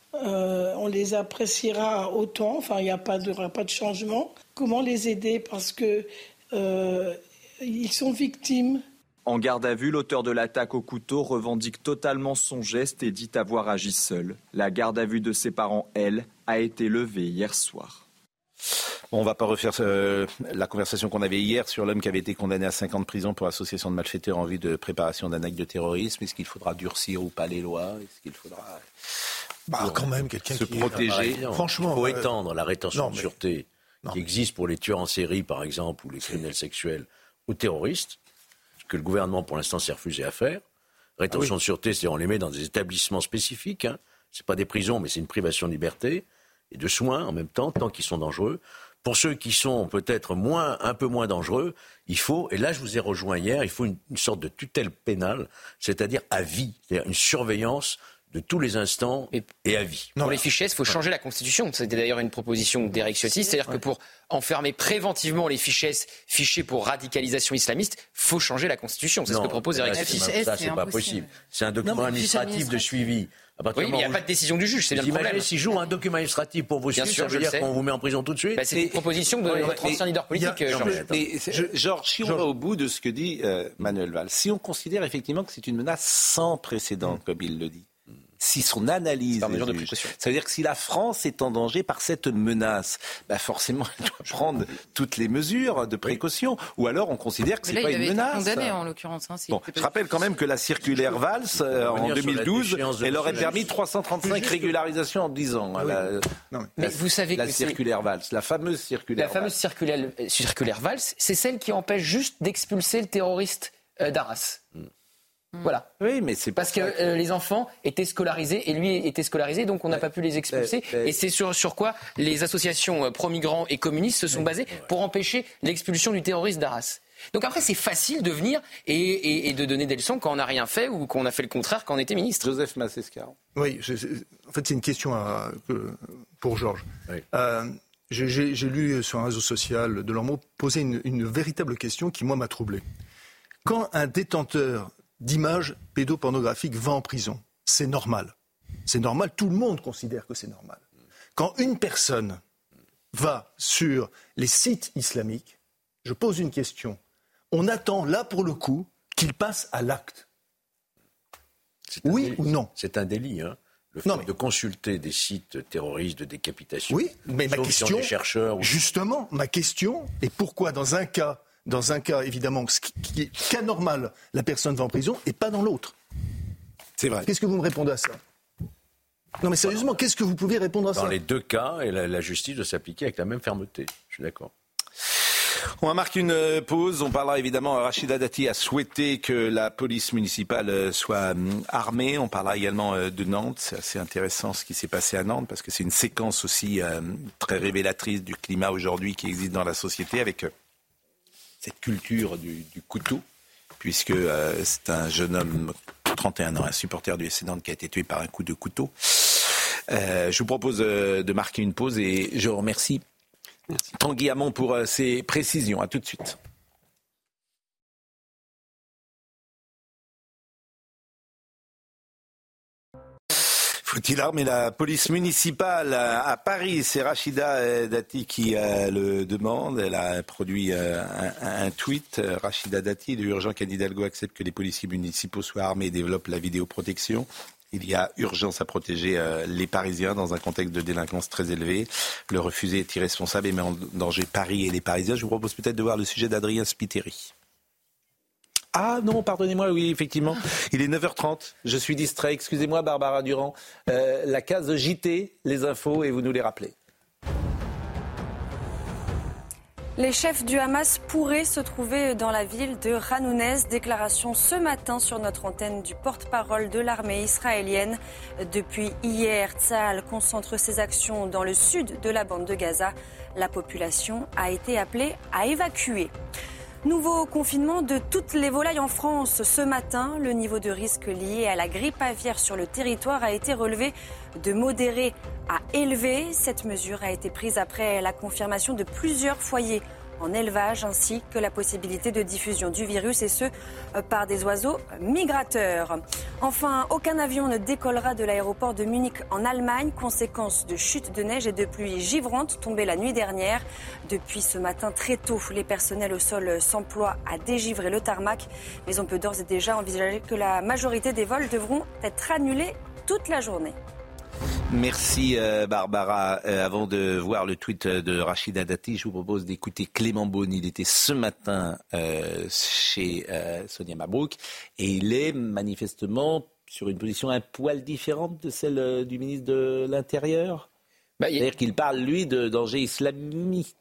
euh, on les appréciera autant, enfin il n'y a pas de, pas de changement. Comment les aider parce que euh, ils sont victimes. En garde à vue, l'auteur de l'attaque au couteau revendique totalement son geste et dit avoir agi seul. La garde à vue de ses parents, elle, a été levée hier soir. Bon, on ne va pas refaire euh, la conversation qu'on avait hier sur l'homme qui avait été condamné à cinq ans de prison pour association de malfaiteurs en vue de préparation d'un acte de terrorisme. Est-ce qu'il faudra durcir ou pas les lois ? Est-ce qu'il faudra bah, quand même quelqu'un se qui protéger est... Franchement, il faut euh... étendre la rétention non, mais... de sûreté non, qui mais... existe pour les tueurs en série, par exemple, ou les criminels sexuels, aux terroristes, ce que le gouvernement, pour l'instant, s'est refusé à faire. Rétention ah, oui. de sûreté, c'est-à-dire on les met dans des établissements spécifiques. Hein. Ce n'est pas des prisons, mais c'est une privation de liberté et de soins en même temps, tant qu'ils sont dangereux. Pour ceux qui sont peut-être moins, un peu moins dangereux, il faut, et là je vous ai rejoint hier, il faut une, une sorte de tutelle pénale, c'est-à-dire à vie, c'est-à-dire une surveillance de tous les instants et, et à vie. Pour voilà. les fichés, il faut changer la Constitution. C'était d'ailleurs une proposition d'Éric Ciotti, c'est-à-dire ouais. que pour enfermer préventivement les fichés, fichés pour radicalisation islamiste, il faut changer la Constitution. C'est non, ce que propose Éric Ciotti. Ça, ça, c'est, c'est pas possible. C'est un document non, administratif de suivi. Oui, mais il n'y a pas de décision du juge, c'est bien le problème. Imaginez s'il joue un document administratif pour vous suivre, ça veut dire qu'on vous met en prison tout de suite. Bah, c'est une proposition de votre ancien leader politique, Georges. Georges, si on va au bout de ce que dit euh, Manuel Valls, si on considère effectivement que c'est une menace sans précédent, mmh. comme il le dit, si son analyse est de juge, ça veut dire que si la France est en danger par cette menace, bah forcément elle doit prendre toutes les mesures de précaution, ou alors on considère que c'est pas une menace. Condamné en l'occurrence. Hein, si bon, je rappelle quand même que la circulaire Valls euh, en deux mille douze, elle aurait permis trois cent trente-cinq régularisations en dix ans. Ah oui. la, non, mais la, vous savez la que circulaire Valls, la fameuse circulaire. La fameuse circulaire, circulaire Valls, c'est celle qui empêche juste d'expulser le terroriste euh, d'Arras. Hmm. Voilà. Oui, mais c'est parce que euh, les enfants étaient scolarisés et lui était scolarisé, donc on n'a pas pu les expulser. Mais, mais... Et c'est sur, sur quoi les associations euh, pro-migrants et communistes se sont basées pour empêcher l'expulsion du terroriste d'Arras. Donc après, c'est facile de venir et, et, et de donner des leçons quand on n'a rien fait ou qu'on a fait le contraire quand on était ministre. Joseph Massescaron. Oui, je, en fait, c'est une question à, que, pour Georges. Oui. Euh, j'ai, j'ai, j'ai lu sur un réseau social Delormeau poser une, une véritable question qui, moi, m'a troublé. Quand un détenteur d'images pédopornographiques va en prison, c'est normal. C'est normal, tout le monde considère que c'est normal. Quand une personne va sur les sites islamiques, je pose une question. On attend là pour le coup qu'il passe à l'acte. Oui délit, ou non ? C'est un délit, hein. Le fait non, mais... de consulter des sites terroristes de décapitation. Oui, mais ma question, des chercheurs ou... justement, ma question est pourquoi dans un cas Dans un cas, évidemment, ce qui est cas normal, la personne va en prison et pas dans l'autre. C'est vrai. Qu'est-ce que vous me répondez à ça ? Non mais sérieusement, qu'est-ce que vous pouvez répondre à dans ça ? Dans les deux cas, et la, la justice doit s'appliquer avec la même fermeté. Je suis d'accord. On va marquer une pause. On parlera évidemment, Rachida Dati a souhaité que la police municipale soit armée. On parlera également de Nantes. C'est assez intéressant ce qui s'est passé à Nantes parce que c'est une séquence aussi euh, très révélatrice du climat aujourd'hui qui existe dans la société avec euh, cette culture du, du couteau, puisque euh, c'est un jeune homme de trente et un ans, un supporter du S C Nantes qui a été tué par un coup de couteau. Euh, je vous propose euh, de marquer une pause et je remercie Merci. Tanguy Hamon pour euh, ses précisions. À tout de suite. Faut-il armer la police municipale à Paris? C'est Rachida Dati qui euh, le demande. Elle a produit euh, un, un tweet. Rachida Dati, il est urgent qu'Anne Hidalgo accepte que les policiers municipaux soient armés et développent la vidéoprotection. Il y a urgence à protéger euh, les Parisiens dans un contexte de délinquance très élevé. Le refuser est irresponsable et met en danger Paris et les Parisiens. Je vous propose peut-être de voir le sujet d'Adrien Spiteri. Ah non, pardonnez-moi, oui, effectivement. Il est neuf heures trente, je suis distrait. Excusez-moi, Barbara Durand. Euh, la case J T, les infos, et vous nous les rappelez. Les chefs du Hamas pourraient se trouver dans la ville de Ranounez. Déclaration ce matin sur notre antenne du porte-parole de l'armée israélienne. Depuis hier, Tsahal concentre ses actions dans le sud de la bande de Gaza. La population a été appelée à évacuer. Nouveau confinement de toutes les volailles en France. Ce matin, le niveau de risque lié à la grippe aviaire sur le territoire a été relevé de modéré à élevé. Cette mesure a été prise après la confirmation de plusieurs foyers en élevage ainsi que la possibilité de diffusion du virus et ce par des oiseaux migrateurs. Enfin, aucun avion ne décollera de l'aéroport de Munich en Allemagne, conséquence de chutes de neige et de pluies givrantes tombées la nuit dernière. Depuis ce matin très tôt, les personnels au sol s'emploient à dégivrer le tarmac, mais on peut d'ores et déjà envisager que la majorité des vols devront être annulés toute la journée. Merci euh, Barbara. Euh, avant de voir le tweet de Rachida Dati, je vous propose d'écouter Clément Beaune. Il était ce matin euh, chez euh, Sonia Mabrouk et il est manifestement sur une position un poil différente de celle euh, du ministre de l'Intérieur. Bah, C'est-à-dire a... qu'il parle, lui, de danger islamiste.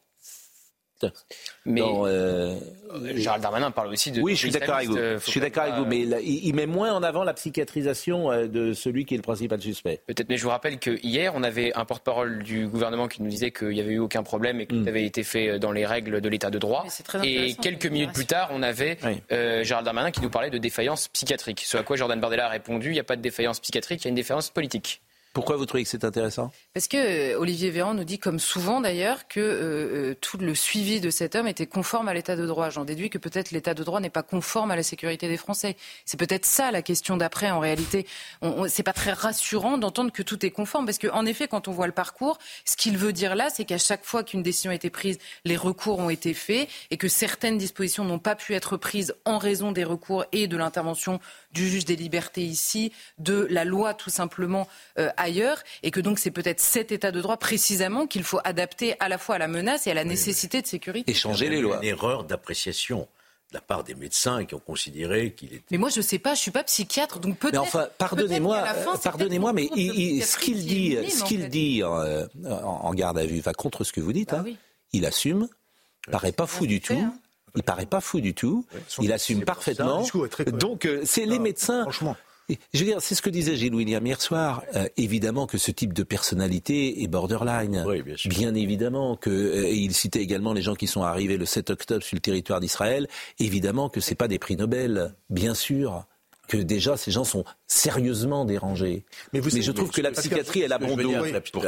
Mais dans, euh... Gérald Darmanin parle aussi de... Oui, je suis d'accord avec vous. Je suis d'accord avec vous, mais là, il met moins en avant la psychiatrisation de celui qui est le principal suspect. Peut-être, mais je vous rappelle que hier, on avait un porte-parole du gouvernement qui nous disait qu'il n'y avait eu aucun problème et que tout mmh. avait été fait dans les règles de l'état de droit. Et quelques minutes plus tard, on avait oui. euh, Gérald Darmanin qui nous parlait de défaillance psychiatrique. Ce à quoi Jordan Bardella a répondu, il n'y a pas de défaillance psychiatrique, il y a une défaillance politique. Pourquoi vous trouvez que c'est intéressant ? Parce que Olivier Véran nous dit, comme souvent d'ailleurs, que euh, tout le suivi de cet homme était conforme à l'état de droit. J'en déduis que peut-être l'état de droit n'est pas conforme à la sécurité des Français. C'est peut-être ça la question d'après. En réalité, on, on, c'est pas très rassurant d'entendre que tout est conforme, parce qu'en effet, quand on voit le parcours, ce qu'il veut dire là, c'est qu'à chaque fois qu'une décision a été prise, les recours ont été faits et que certaines dispositions n'ont pas pu être prises en raison des recours et de l'intervention du juge des libertés ici, de la loi tout simplement euh, ailleurs, et que donc c'est peut-être cet état de droit précisément qu'il faut adapter à la fois à la menace et à la nécessité de sécurité. Et changer les lois. Une erreur d'appréciation de la part des médecins qui ont considéré qu'il était... Mais moi je sais pas, je suis pas psychiatre, donc peut-être... Mais enfin, pardonnez-moi, fin, pardonnez-moi, mais il, il, ce qu'il dit, minime, ce qu'il en fait. dit euh, en garde à vue va contre ce que vous dites. Bah, hein. Oui. Il assume, il paraît pas fou du tout. Hein. Il paraît pas fou du tout. Ouais, il assume parfaitement. Ça, donc euh, c'est non, les médecins. Franchement. Je veux dire, c'est ce que disait Gilles William hier soir. Euh, évidemment que ce type de personnalité est borderline. Oui, bien sûr. Bien évidemment que euh, et il citait également les gens qui sont arrivés le sept octobre sur le territoire d'Israël. Évidemment que c'est pas des prix Nobel, bien sûr. Que déjà ces gens sont sérieusement dérangés. Mais, vous mais je trouve que la psychiatrie, elle a bon dos.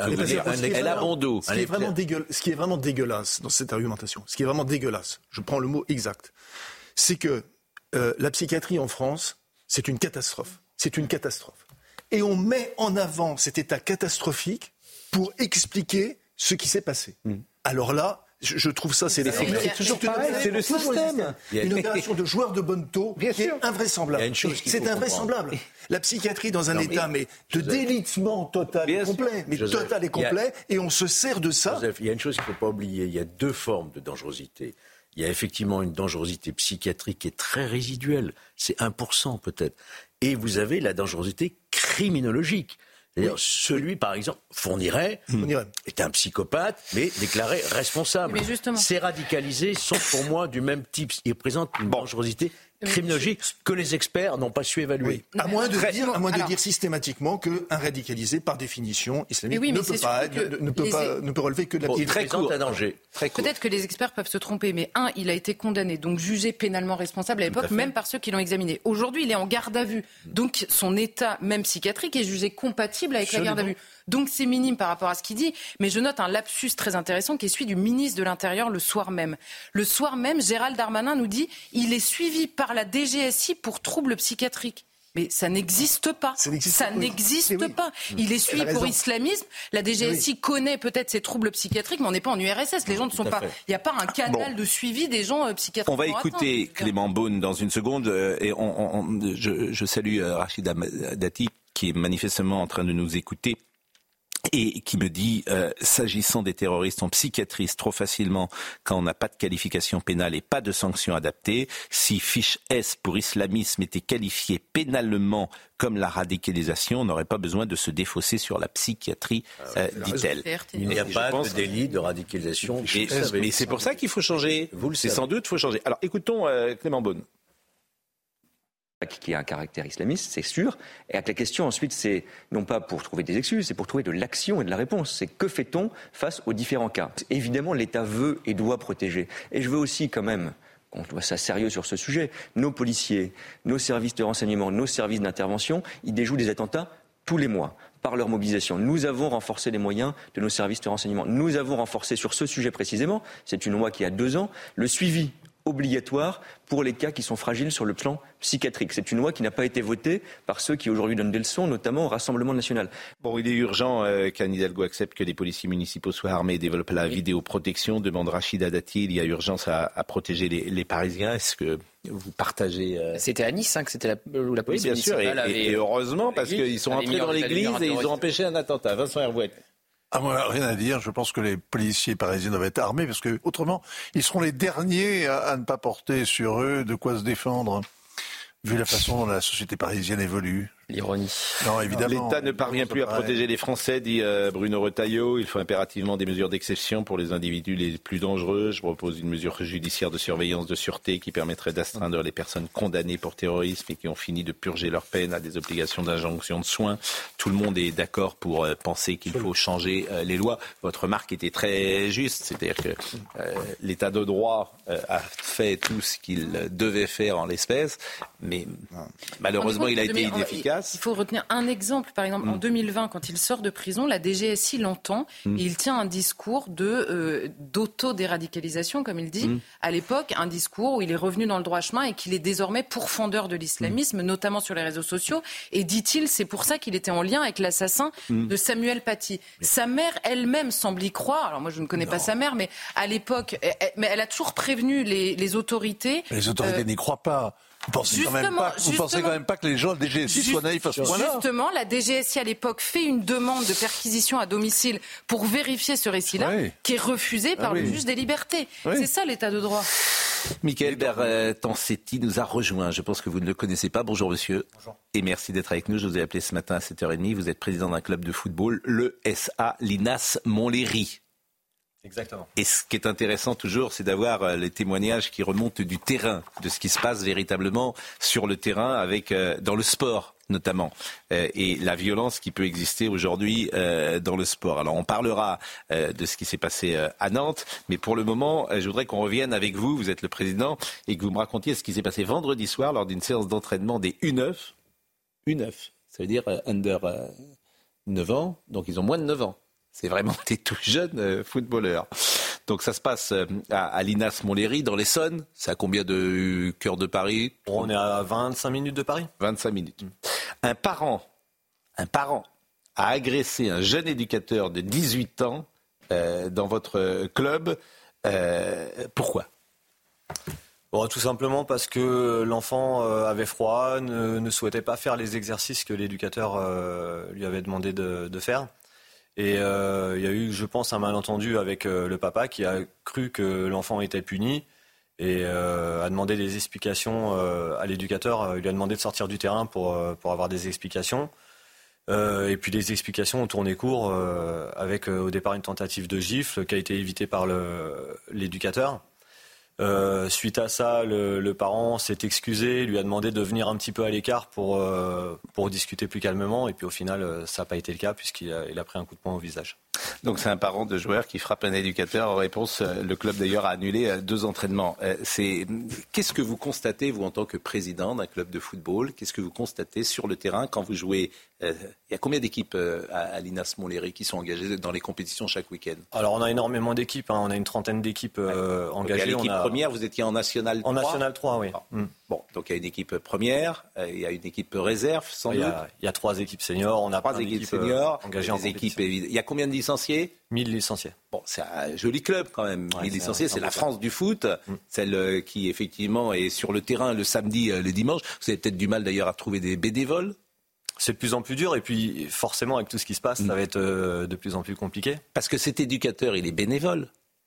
Elle a bon dos. Ce qui est vraiment dégueulasse, ce qui est vraiment dégueulasse dans cette argumentation, ce qui est vraiment dégueulasse, je prends le mot exact, c'est que euh, la psychiatrie en France, c'est une catastrophe. C'est une catastrophe. Et on met en avant cet état catastrophique pour expliquer ce qui s'est passé. Mmh. Alors là, je, je trouve ça, c'est, c'est, c'est toujours pareil, c'est le système. Une opération de joueur de bonne taux qui est invraisemblable. C'est invraisemblable. La psychiatrie dans un non, état mais, mais de délitement total et complet, mais Joseph, total et complet, a, et on se sert de ça. Joseph, il y a une chose qu'il ne faut pas oublier, il y a deux formes de dangerosité. Il y a effectivement une dangerosité psychiatrique qui est très résiduelle, c'est un pour cent peut-être. Et vous avez la dangerosité criminologique. C'est-à-dire, oui. celui, par exemple, Fourniret, Fourniret est un psychopathe, mais déclaré responsable. Mais justement. Ces radicalisés sont pour moi du même type. Ils présentent une dangerosité criminologique que les experts n'ont pas su évaluer. Oui. À moins de dire, à moins de dire systématiquement qu'un radicalisé, par définition islamique, oui, ne, peut pas, ne, ne, peut pas, ne peut relever que de la bon, très court, un danger. Très court. Peut-être que les experts peuvent se tromper, mais un, il a été condamné, donc jugé pénalement responsable à l'époque, à même par ceux qui l'ont examiné. Aujourd'hui, il est en garde à vue, donc son état, même psychiatrique, est jugé compatible avec Absolument. la garde à vue. Donc c'est minime par rapport à ce qu'il dit, mais je note un lapsus très intéressant qui est celui du ministre de l'Intérieur le soir même. Le soir même, Gérald Darmanin nous dit il est suivi par la D G S I pour troubles psychiatriques. Mais ça n'existe pas. Ça n'existe, ça n'existe oui. pas. Il est suivi pour islamisme. La D G S I oui. connaît peut-être ces troubles psychiatriques, mais on n'est pas en U R S S. Les gens ne sont pas. Il n'y a pas un canal bon. de suivi des gens euh, psychiatriques. On va écouter atteindre, Clément Beaune dans une seconde. Euh, et on, on, je, je salue euh, Rachida Dati, qui est manifestement en train de nous écouter. Et qui me dit, euh, s'agissant des terroristes, on psychiatrise trop facilement quand on n'a pas de qualification pénale et pas de sanctions adaptées. Si fiche S pour islamisme était qualifié pénalement comme la radicalisation, on n'aurait pas besoin de se défausser sur la psychiatrie, euh, dit-elle. Il n'y a pas pense... de délit de radicalisation. Et, mais c'est pour ça qu'il faut changer. Vous le c'est savez. Sans doute faut changer. Alors écoutons euh, Clément Beaune. Qui a un caractère islamiste, c'est sûr. Et la question ensuite, c'est non pas pour trouver des excuses, c'est pour trouver de l'action et de la réponse. C'est que fait-on face aux différents cas ? Évidemment, l'État veut et doit protéger. Et je veux aussi quand même qu'on soit ça sérieux sur ce sujet. Nos policiers, nos services de renseignement, nos services d'intervention, ils déjouent des attentats tous les mois par leur mobilisation. Nous avons renforcé les moyens de nos services de renseignement. Nous avons renforcé sur ce sujet précisément, c'est une loi qui a deux ans, le suivi obligatoire pour les cas qui sont fragiles sur le plan psychiatrique. C'est une loi qui n'a pas été votée par ceux qui aujourd'hui donnent des leçons, notamment au Rassemblement national. Bon, il est urgent euh, qu'Anne Hidalgo accepte que les policiers municipaux soient armés et développent la oui. vidéoprotection, demande Rachida Dati. Il y a urgence à, à protéger les, les Parisiens. Est-ce que vous partagez euh... C'était à Nice hein, que c'était la, où la police oui, bien sûr, et, et, et heureusement, parce qu'ils sont entrés dans l'église et ils ont empêché un attentat. Vincent Hervouet. Ah, moi, rien à dire. Je pense que les policiers parisiens doivent être armés parce que, autrement, ils seront les derniers à, à ne pas porter sur eux de quoi se défendre, vu la façon dont la société parisienne évolue. L'ironie. Non, évidemment. L'État ne parvient plus à protéger les Français, dit euh, Bruno Retailleau. Il faut impérativement des mesures d'exception pour les individus les plus dangereux. Je propose une mesure judiciaire de surveillance de sûreté qui permettrait d'astreindre les personnes condamnées pour terrorisme et qui ont fini de purger leur peine à des obligations d'injonction de soins. Tout le monde est d'accord pour euh, penser qu'il faut changer euh, les lois. Votre remarque était très juste, c'est-à-dire que euh, l'État de droit euh, a fait tout ce qu'il devait faire en l'espèce, mais malheureusement il a été inefficace. Il faut retenir un exemple. Par exemple, mmh. en deux mille vingt, quand il sort de prison, la D G S I l'entend mmh. et il tient un discours de, euh, d'auto-déradicalisation, comme il dit. Mmh. À l'époque, un discours où il est revenu dans le droit chemin et qu'il est désormais pourfendeur de l'islamisme, mmh. notamment sur les réseaux sociaux. Et dit-il, c'est pour ça qu'il était en lien avec l'assassin mmh. de Samuel Paty. Mmh. Sa mère elle-même semble y croire. Alors moi, je ne connais non. pas sa mère, mais à l'époque, elle, mais elle a toujours prévenu les, les autorités. Les autorités euh, n'y croient pas. Vous pensez, quand même pas, vous pensez quand même pas que les gens de D G S I soient naïfs à ce point-là ? Justement, la D G S I à l'époque fait une demande de perquisition à domicile pour vérifier ce récit-là, oui. qui est refusée par ah, oui. le juge des libertés. Oui. C'est ça l'état de droit. Mickaël Bertancetti nous a rejoint. Je pense que vous ne le connaissez pas. Bonjour monsieur. Bonjour. Et merci d'être avec nous. Je vous ai appelé ce matin à sept heures trente. Vous êtes président d'un club de football, le S A Linas Montlhéry. Exactement. Et ce qui est intéressant toujours, c'est d'avoir les témoignages qui remontent du terrain, de ce qui se passe véritablement sur le terrain, avec euh, dans le sport notamment, euh, et la violence qui peut exister aujourd'hui euh, dans le sport. Alors on parlera euh, de ce qui s'est passé euh, à Nantes, mais pour le moment, euh, je voudrais qu'on revienne avec vous, vous êtes le président, et que vous me racontiez ce qui s'est passé vendredi soir lors d'une séance d'entraînement des U neuf. U neuf, ça veut dire euh, under euh, neuf ans, donc ils ont moins de neuf ans. C'est vraiment des tout jeunes euh, footballeurs. Donc ça se passe euh, à, à Linas Montlhéry, dans l'Essonne. C'est à combien de euh, cœurs de Paris ? On est à vingt-cinq minutes de Paris. vingt-cinq minutes. Mmh. Un parent, un parent a agressé un jeune éducateur de dix-huit ans euh, dans votre club. Euh, pourquoi ? Bon, tout simplement parce que l'enfant euh, avait froid, ne, ne souhaitait pas faire les exercices que l'éducateur euh, lui avait demandé de, de faire. Et euh, il y a eu, je pense, un malentendu avec euh, le papa qui a cru que l'enfant était puni et euh, a demandé des explications euh, à l'éducateur. Il lui a demandé de sortir du terrain pour, euh, pour avoir des explications. Euh, et puis les explications ont tourné court euh, avec euh, au départ une tentative de gifle qui a été évitée par le, l'éducateur. Euh, suite à ça, le, le parent s'est excusé, lui a demandé de venir un petit peu à l'écart pour, euh, pour discuter plus calmement. Et puis au final, ça n'a pas été le cas puisqu'il a, il a pris un coup de poing au visage. Donc c'est un parent de joueur qui frappe un éducateur. En réponse, le club d'ailleurs a annulé deux entraînements. C'est... Qu'est-ce que vous constatez, vous, en tant que président d'un club de football ? Qu'est-ce que vous constatez sur le terrain quand vous jouez ? Il y a combien d'équipes à Linas Montlhéry qui sont engagées dans les compétitions chaque week-end ? Alors on a énormément d'équipes, hein. On a une trentaine d'équipes euh, engagées. Donc, à l'équipe on a... première, vous étiez en National trois ? En National trois, oui. Ah. Mmh. Bon, donc il y a une équipe première, euh, il y a une équipe réserve, sans il y doute. A, il y a trois équipes seniors, on a trois équipes seniors, engagées en équipes. Il y a combien de licenciés ? mille licenciés. Bon, c'est un joli club quand même. Ouais, mille licenciés, c'est, c'est la ça. France du foot, mmh. celle euh, qui effectivement est sur le terrain le samedi, euh, le dimanche. Vous avez peut-être du mal d'ailleurs à trouver des bénévoles. C'est de plus en plus dur et puis forcément avec tout ce qui se passe, mmh. ça va être euh, de plus en plus compliqué. Parce que cet éducateur, il est bénévole.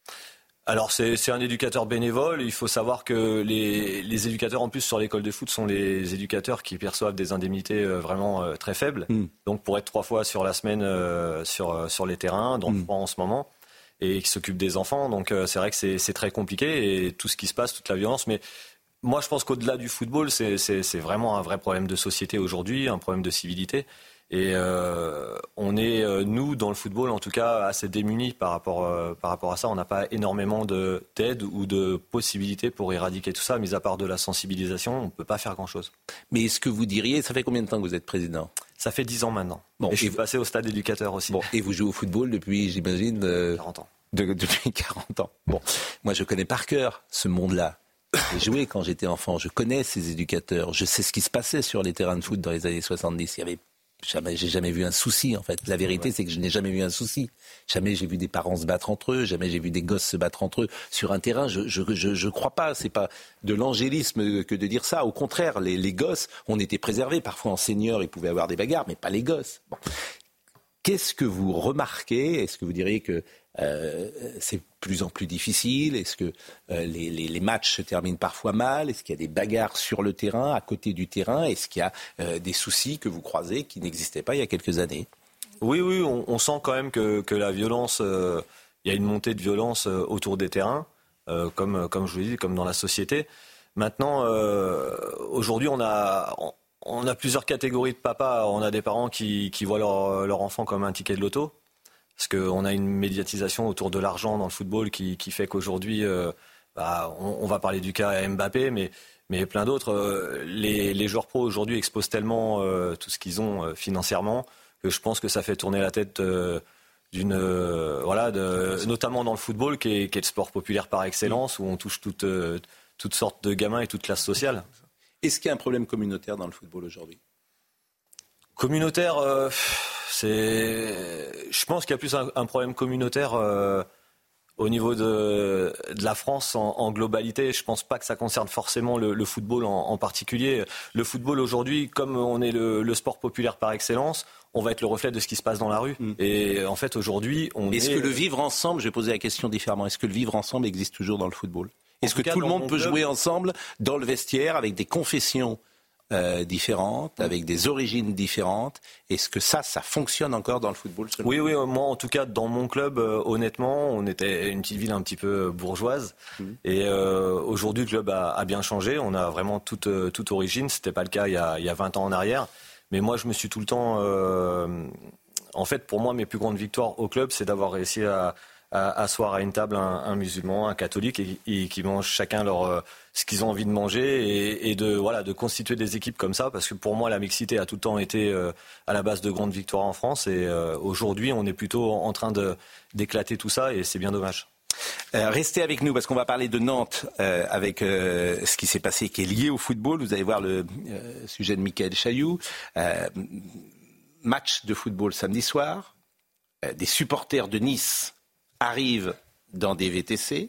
Alors c'est, c'est un éducateur bénévole, il faut savoir que les, les éducateurs en plus sur l'école de foot sont les éducateurs qui perçoivent des indemnités vraiment euh, très faibles, mm. donc pour être trois fois sur la semaine euh, sur, sur les terrains, dont mm. je crois en ce moment, et qui s'occupent des enfants, donc euh, c'est vrai que c'est, c'est très compliqué et tout ce qui se passe, toute la violence, mais moi je pense qu'au-delà du football, c'est, c'est, c'est vraiment un vrai problème de société aujourd'hui, un problème de civilité. Et euh, on est, euh, nous, dans le football, en tout cas, assez démunis par rapport, euh, par rapport à ça. On n'a pas énormément de, d'aide ou de possibilités pour éradiquer tout ça. Mis à part de la sensibilisation, on ne peut pas faire grand-chose. Mais est-ce que vous diriez, ça fait combien de temps que vous êtes président ? Ça fait dix ans maintenant. Bon, et, et je suis vous... passé au stade éducateur aussi. Bon, et vous jouez au football depuis, j'imagine... Euh, quarante ans. De, depuis quarante ans. Bon, moi, je connais par cœur ce monde-là. J'ai joué quand j'étais enfant. Je connais ces éducateurs. Je sais ce qui se passait sur les terrains de foot dans les années soixante-dix. Il y avait... Jamais, j'ai jamais vu un souci, en fait. La vérité, c'est que je n'ai jamais vu un souci. Jamais j'ai vu des parents se battre entre eux. Jamais j'ai vu des gosses se battre entre eux sur un terrain. Je, je, je, je crois pas. C'est pas de l'angélisme que de dire ça. Au contraire, les, les gosses, on était préservés. Parfois, en senior, ils pouvaient avoir des bagarres, mais pas les gosses. Bon. Qu'est-ce que vous remarquez ? Est-ce que vous diriez que euh, c'est de plus en plus difficile ? Est-ce que euh, les, les, les matchs se terminent parfois mal ? Est-ce qu'il y a des bagarres sur le terrain, à côté du terrain ? Est-ce qu'il y a euh, des soucis que vous croisez qui n'existaient pas il y a quelques années ? Oui, oui, on, on sent quand même que, que la violence, euh, il y a une montée de violence euh, autour des terrains, euh, comme, comme je vous l'ai dit, comme dans la société. Maintenant, euh, aujourd'hui, on a... On, On a plusieurs catégories de papas. On a des parents qui, qui voient leur, leur enfant comme un ticket de loto. Parce qu'on a une médiatisation autour de l'argent dans le football qui, qui fait qu'aujourd'hui, euh, bah, on, on va parler du cas Mbappé, mais, mais plein d'autres. Euh, les, les joueurs pros aujourd'hui exposent tellement euh, tout ce qu'ils ont euh, financièrement que je pense que ça fait tourner la tête euh, d'une, euh, voilà, de, notamment dans le football, qui est, qui est le sport populaire par excellence, où on touche toutes, euh, toutes sortes de gamins et toutes classes sociales. Est-ce qu'il y a un problème communautaire dans le football aujourd'hui ? Communautaire, euh, c'est. Je pense qu'il y a plus un, un problème communautaire euh, au niveau de, de la France en, en globalité. Je ne pense pas que ça concerne forcément le, le football en, en particulier. Le football aujourd'hui, comme on est le, le sport populaire par excellence, on va être le reflet de ce qui se passe dans la rue. Mmh. Et en fait, aujourd'hui, on est. Est-ce est... que le vivre ensemble, je vais poser la question différemment, est-ce que le vivre ensemble existe toujours dans le football ? Est-ce que cas, tout le monde peut club... jouer ensemble dans le vestiaire avec des confessions euh, différentes, avec des origines différentes ? Est-ce que ça, ça fonctionne encore dans le football ? Oui, oui, moi en tout cas dans mon club, euh, honnêtement, on était une petite ville un petit peu bourgeoise. Mmh. Et euh, aujourd'hui, le club a, a bien changé. On a vraiment toute, euh, toute origine. Ce n'était pas le cas il y, a, il y a vingt ans en arrière. Mais moi, je me suis tout le temps... Euh... En fait, pour moi, mes plus grandes victoires au club, c'est d'avoir réussi à... à asseoir à une table un, un musulman, un catholique, et, et qui mangent chacun leur, euh, ce qu'ils ont envie de manger, et, et de, voilà, de constituer des équipes comme ça, parce que pour moi, la mixité a tout le temps été euh, à la base de grandes victoires en France, et euh, aujourd'hui, on est plutôt en train de, d'éclater tout ça, et c'est bien dommage. Euh, restez avec nous parce qu'on va parler de Nantes euh, avec euh, ce qui s'est passé qui est lié au football. Vous allez voir le euh, sujet de Mickaël Chailloux. Euh, match de football samedi soir, euh, des supporters de Nice arrivent dans des V T C,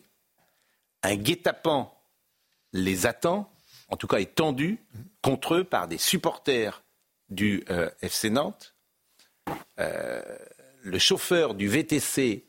un guet-apens les attend, en tout cas est tendu contre eux par des supporters du euh, F C Nantes. Euh, le chauffeur du V T C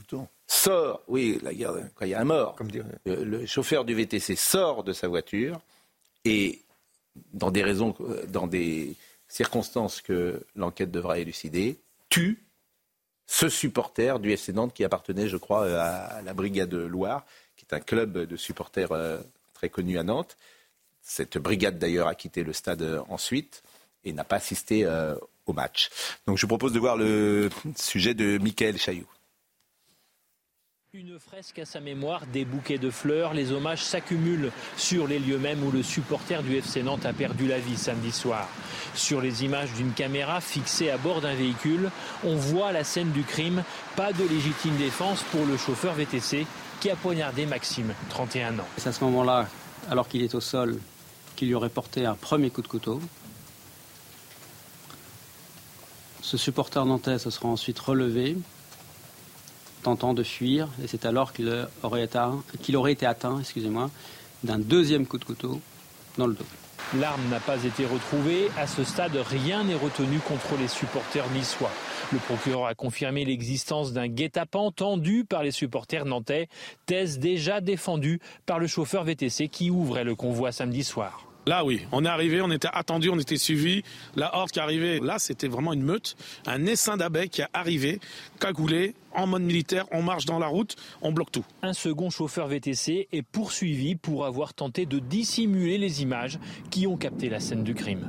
sort, oui, la guerre, quand il y a un mort, le, le chauffeur du V T C sort de sa voiture et dans des raisons, dans des circonstances que l'enquête devra élucider, tue ce supporter du F C Nantes qui appartenait, je crois, à la Brigade Loire, qui est un club de supporters très connu à Nantes. Cette brigade, d'ailleurs, a quitté le stade ensuite et n'a pas assisté au match. Donc, je vous propose de voir le sujet de Mickaël Chailloux. Une fresque à sa mémoire, des bouquets de fleurs, les hommages s'accumulent sur les lieux mêmes où le supporter du F C Nantes a perdu la vie samedi soir. Sur les images d'une caméra fixée à bord d'un véhicule, on voit la scène du crime. Pas de légitime défense pour le chauffeur V T C qui a poignardé Maxime, trente et un ans. C'est à ce moment-là, alors qu'il est au sol, qui lui aurait porté un premier coup de couteau. Ce supporter nantais se sera ensuite relevé, tentant de fuir, et c'est alors qu'il aurait été, qu'il aurait été atteint, excusez-moi, d'un deuxième coup de couteau dans le dos. L'arme n'a pas été retrouvée. À ce stade, rien n'est retenu contre les supporters niçois. Le procureur a confirmé l'existence d'un guet-apens tendu par les supporters nantais, thèse déjà défendue par le chauffeur V T C qui ouvrait le convoi samedi soir. Là, oui, on est arrivé, on était attendu, on était suivi. La horde qui arrivait, là, c'était vraiment une meute. Un essaim d'abeilles qui est arrivé, cagoulé, en mode militaire. On marche dans la route, on bloque tout. Un second chauffeur V T C est poursuivi pour avoir tenté de dissimuler les images qui ont capté la scène du crime.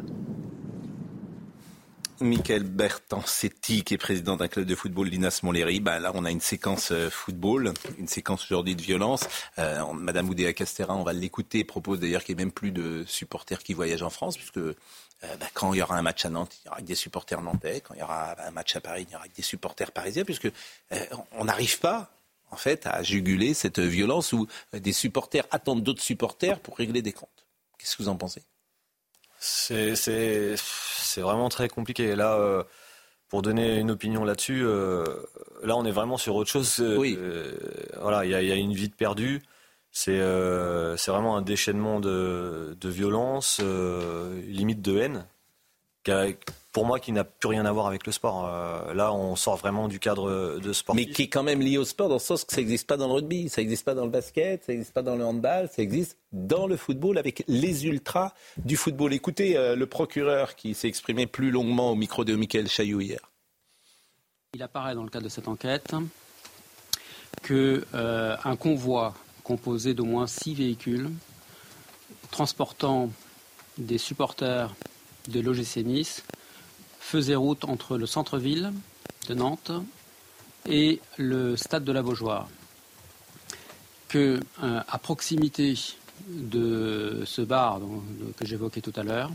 Michael Bertancetti, qui est président d'un club de football, l'Inas Montlhéry. Ben là, on a une séquence euh, football, une séquence aujourd'hui de violence. Euh, Madame Oudéa Castéra, on va l'écouter, propose d'ailleurs qu'il n'y ait même plus de supporters qui voyagent en France, puisque euh, ben, quand il y aura un match à Nantes, il y aura des supporters nantais. Quand il y aura un match à Paris, il y aura des supporters parisiens, puisque euh, on n'arrive pas, en fait, à juguler cette violence où euh, des supporters attendent d'autres supporters pour régler des comptes. Qu'est-ce que vous en pensez ? C'est, c'est, c'est vraiment très compliqué. Là, euh, pour donner une opinion là-dessus, euh, là, on est vraiment sur autre chose. Oui. Euh, voilà, il y, y a une vie de perdue. C'est, euh, c'est vraiment un déchaînement de, de violence, euh, limite de haine, qui a, pour moi, qui n'a plus rien à voir avec le sport. Euh, là, on sort vraiment du cadre de sport. Mais qui est quand même lié au sport, dans le sens que ça n'existe pas dans le rugby, ça n'existe pas dans le basket, ça n'existe pas dans le handball, ça existe dans le football avec les ultras du football. Écoutez euh, le procureur qui s'est exprimé plus longuement au micro de Mickaël Chailloux hier. Il apparaît dans le cadre de cette enquête qu'un euh, convoi composé d'au moins six véhicules transportant des supporters de l'O G C Nice faisait route entre le centre-ville de Nantes et le stade de la Beaujoire. Que, euh, à proximité de ce bar dont, de, que j'évoquais tout à l'heure,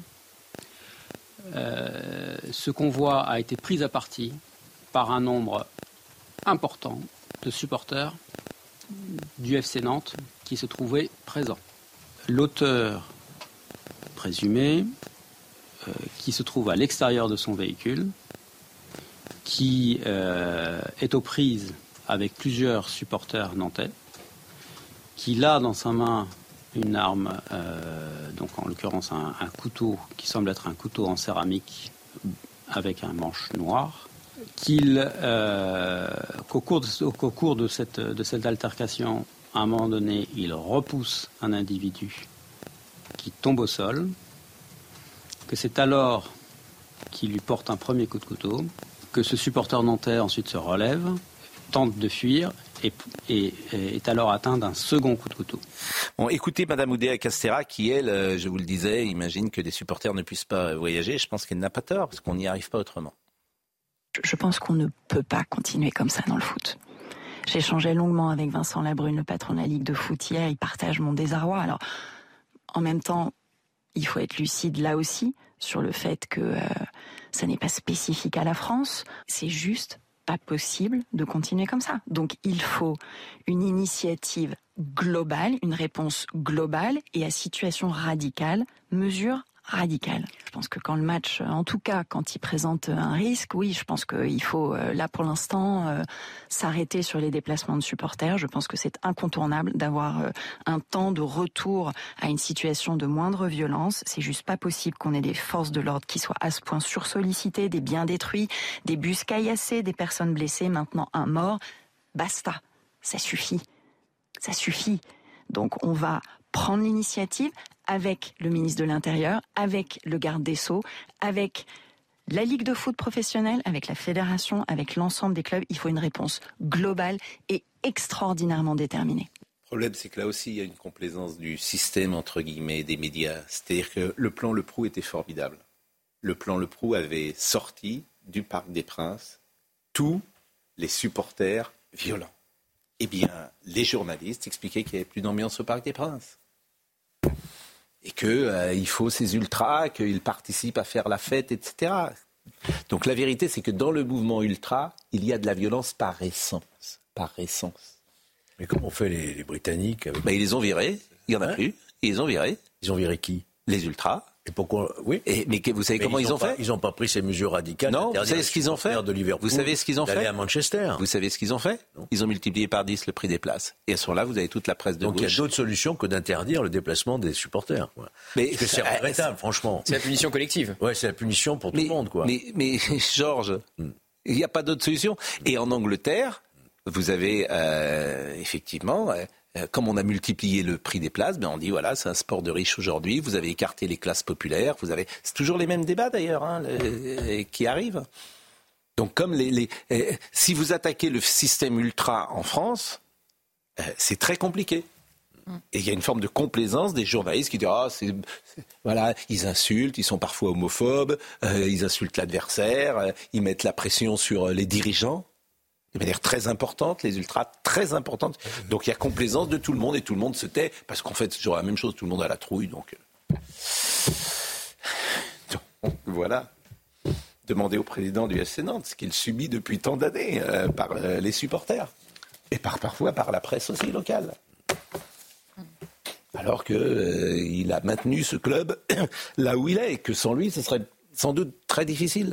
euh, ce convoi a été pris à partie par un nombre important de supporters du F C Nantes qui se trouvaient présents. L'auteur présumé, euh, qui se trouve à l'extérieur de son véhicule, qui euh, est aux prises avec plusieurs supporters nantais, qui a dans sa main une arme, euh, donc en l'occurrence un, un couteau qui semble être un couteau en céramique avec un manche noir, qu'il, euh, qu'au cours, de, au, au cours de, cette, de cette altercation, à un moment donné, il repousse un individu qui tombe au sol, que c'est alors qu'il lui porte un premier coup de couteau, que ce supporter nantais ensuite se relève, tente de fuir et, et, et est alors atteint d'un second coup de couteau. Bon, écoutez Madame Oudéa Castéra qui, elle, je vous le disais, imagine que des supporters ne puissent pas voyager. Je pense qu'elle n'a pas tort, parce qu'on n'y arrive pas autrement. Je pense qu'on ne peut pas continuer comme ça dans le foot. J'ai échangé longuement avec Vincent Labrune, le patron de la Ligue de foot hier. Il partage mon désarroi. Alors, en même temps, il faut être lucide là aussi sur le fait que euh, ça n'est pas spécifique à la France. C'est juste pas possible de continuer comme ça. Donc, il faut une initiative globale, une réponse globale et à situation radicale, mesure radicale. Je pense que quand le match, en tout cas quand il présente un risque, oui, je pense qu'il faut, là pour l'instant, euh, s'arrêter sur les déplacements de supporters. Je pense que c'est incontournable d'avoir euh, un temps de retour à une situation de moindre violence. C'est juste pas possible qu'on ait des forces de l'ordre qui soient à ce point sursollicitées, des biens détruits, des bus caillassés, des personnes blessées, maintenant un mort. Basta, ça suffit, ça suffit. Donc on va prendre l'initiative avec le ministre de l'Intérieur, avec le garde des Sceaux, avec la Ligue de foot professionnelle, avec la fédération, avec l'ensemble des clubs. Il faut une réponse globale et extraordinairement déterminée. Le problème, c'est que là aussi, il y a une complaisance du système, entre guillemets, des médias. C'est-à-dire que le plan Le Prou était formidable. Le plan Le Prou avait sorti du Parc des Princes tous les supporters violents. Eh bien, les journalistes expliquaient qu'il n'y avait plus d'ambiance au Parc des Princes. Et qu'il euh, faut ces ultras, qu'ils participent à faire la fête, et cetera. Donc la vérité, c'est que dans le mouvement ultra, il y a de la violence par essence. Par essence. Mais comment ont fait les, les Britanniques avec... ben, Ils les ont virés, il n'y en a hein plus, ils les ont virés. Ils ont viré qui? les ultras. Et pourquoi Oui. Et, mais vous savez mais comment ils, ils ont, ont fait? Ils n'ont pas pris ces mesures radicales. Non, vous savez ce qu'ils ont fait de Liverpool, Vous savez ce qu'ils ont fait à Manchester. Vous savez ce qu'ils ont fait non. Ils ont multiplié par dix le prix des places. Et à ce moment-là, vous avez toute la presse de Donc gauche. il y a d'autres solutions que d'interdire le déplacement des supporters. Quoi. Mais Parce que c'est regrettable, franchement. C'est la punition collective. Ouais, c'est la punition pour mais, tout le monde, quoi. Mais, mais Georges, hmm. il n'y a pas d'autre solution. Et en Angleterre, vous avez euh, effectivement. Euh, Comme on a multiplié le prix des places, ben on dit voilà, c'est un sport de riches aujourd'hui. Vous avez écarté les classes populaires. Vous avez, c'est toujours les mêmes débats d'ailleurs hein, les, qui arrivent. Donc comme les, les euh, si vous attaquez le système ultra en France, euh, c'est très compliqué. Et il y a une forme de complaisance des journalistes qui disent ah c'est, c'est voilà, ils insultent, ils sont parfois homophobes, euh, ils insultent l'adversaire, euh, ils mettent la pression sur les dirigeants. De manière très importante, les ultras très importantes. Donc il y a complaisance de tout le monde et tout le monde se tait parce qu'en fait c'est toujours la même chose, tout le monde a la trouille. Donc, donc voilà. Demandez au président du F C Nantes ce qu'il subit depuis tant d'années euh, par euh, les supporters et par parfois par la presse aussi locale. Alors qu'il euh, a maintenu ce club là où il est et que sans lui ce serait sans doute très difficile.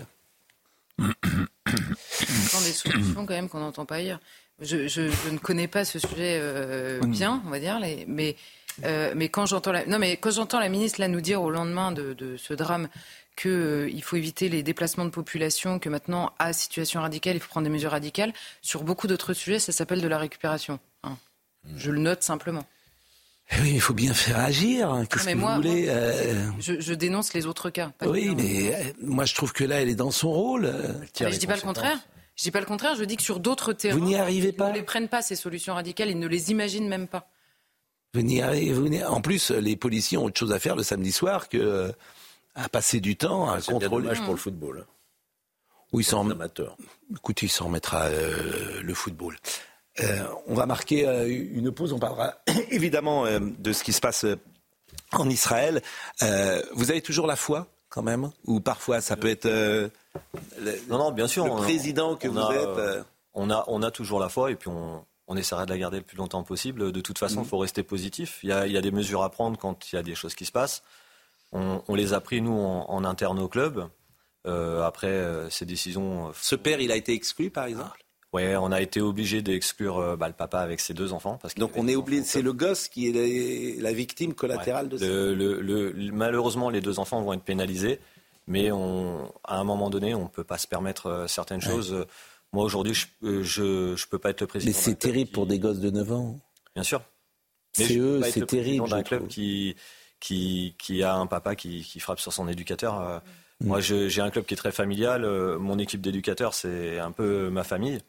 Ce sont des solutions quand même qu'on n'entend pas ailleurs. Je, je, je ne connais pas ce sujet euh, bien, on va dire, les, mais, euh, mais, quand j'entends la, non, mais quand j'entends la ministre là, nous dire au lendemain de, de ce drame qu'il euh, faut éviter les déplacements de population, que maintenant, à situation radicale, il faut prendre des mesures radicales, sur beaucoup d'autres sujets, ça s'appelle de la récupération. Hein. Je le note simplement. Oui, il faut bien faire agir. Qu'est-ce non, que moi, vous voulez moi, euh... je, je dénonce les autres cas. Oui, mais euh, moi je trouve que là, elle est dans son rôle. Mais je dis pas le contraire. Je dis pas le contraire. Je dis que sur d'autres terrains, vous n'y arrivez pas. Ils ne les prennent pas ces solutions radicales. Ils ne les imaginent même pas. Vous n'y arrivez. Vous n'y... En plus, les policiers ont autre chose à faire le samedi soir que euh, à passer du temps à c'est contrôler. C'est dommage pour le football. Hein. Oui, ils s'en. Amateur. Écoutez, il s'en remettra euh, le football. Euh, on va marquer euh, une pause. On parlera évidemment euh, de ce qui se passe euh, en Israël. Euh, vous avez toujours la foi, quand même, ou parfois ça peut être euh, le, non, non, bien sûr, le on, président que on vous a, êtes. Euh... On a, on a toujours la foi et puis on, on essaiera de la garder le plus longtemps possible. De toute façon, il mmh. faut rester positif. Il y, a, il y a des mesures à prendre quand il y a des choses qui se passent. On, on les a pris nous en, en interne au club. Euh, après euh, ces décisions. Ce père, il a été exclu, par exemple. Oui, on a été obligé d'exclure bah, le papa avec ses deux enfants. Parce Donc on est obligé, c'est le gosse qui est la victime collatérale ouais. de ça. Le, le, le, malheureusement, les deux enfants vont être pénalisés, mais on, à un moment donné, on ne peut pas se permettre certaines ouais. choses. Moi, aujourd'hui, je ne je, je peux pas être le président. Mais c'est terrible qui... pour des gosses de neuf ans. Bien sûr. Mais c'est eux, c'est terrible. D'un club qui, qui, qui a un papa qui, qui frappe sur son éducateur. Mmh. Moi, je, j'ai un club qui est très familial. Mon équipe d'éducateurs, c'est un peu ma famille.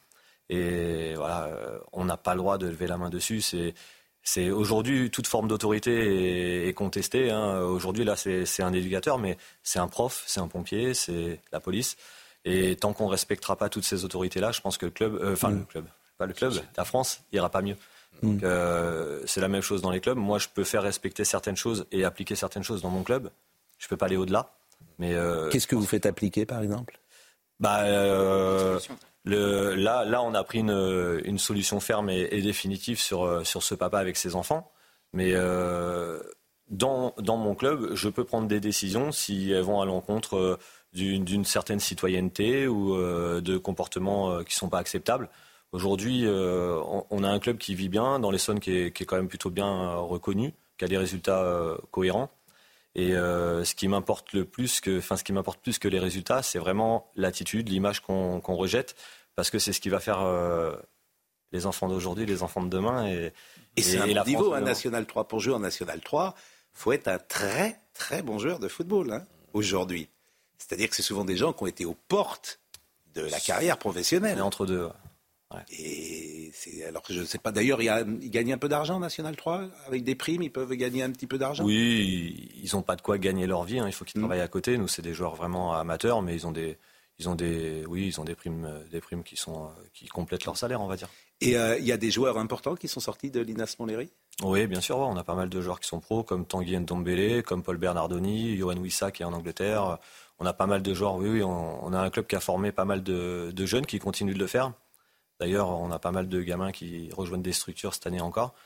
Et voilà, on n'a pas le droit de lever la main dessus. C'est, c'est aujourd'hui toute forme d'autorité est, est contestée. Hein. Aujourd'hui, là, c'est, c'est un éducateur, mais c'est un prof, c'est un pompier, c'est la police. Et tant qu'on ne respectera pas toutes ces autorités-là, je pense que le club, enfin euh, mmh. le club, pas le club, la France ira pas mieux. Mmh. Donc, euh, c'est la même chose dans les clubs. Moi, je peux faire respecter certaines choses et appliquer certaines choses dans mon club. Je peux pas aller au-delà. Mais euh, qu'est-ce que vous faites appliquer, par exemple ? Bah. Euh, Le, là, là, on a pris une, une solution ferme et, et définitive sur, sur ce papa avec ses enfants. Mais euh, dans, dans mon club, je peux prendre des décisions si elles vont à l'encontre d'une, d'une certaine citoyenneté ou euh, de comportements euh, qui ne sont pas acceptables. Aujourd'hui, euh, on, on a un club qui vit bien, dans l'Essonne qui est, qui est quand même plutôt bien euh, reconnu, qui a des résultats euh, cohérents. Et euh, ce qui m'importe le plus que, enfin, ce qui m'importe plus que les résultats, c'est vraiment l'attitude, l'image qu'on, qu'on rejette. Parce que c'est ce qui va faire euh, les enfants d'aujourd'hui, les enfants de demain. Et, et, et c'est un et bon niveau, un National trois. Pour jouer en National trois, il faut être un très, très bon joueur de football hein, aujourd'hui. C'est-à-dire que c'est souvent des gens qui ont été aux portes de la carrière professionnelle. Et entre deux. Ouais. Et c'est, alors que je ne sais pas, d'ailleurs, ils gagnent un peu d'argent en National trois. Avec des primes, ils peuvent gagner un petit peu d'argent. Oui, ils n'ont pas de quoi gagner leur vie. Hein. Il faut qu'ils mmh. travaillent à côté. Nous, c'est des joueurs vraiment amateurs, mais ils ont des... Ils ont des, oui, ils ont des primes, des primes qui sont, qui complètent leur salaire, on va dire. Et il euh, y a des joueurs importants qui sont sortis de l'I N A S Montlhéry ? Oui, bien sûr. Ouais, on a pas mal de joueurs qui sont pros, comme Tanguy Ndombele, comme Paul Bernardoni, Yohan Wissa qui est en Angleterre. On a pas mal de joueurs. Oui, oui. On, on a un club qui a formé pas mal de, de jeunes qui continuent de le faire. D'ailleurs, on a pas mal de gamins qui rejoignent des structures cette année encore.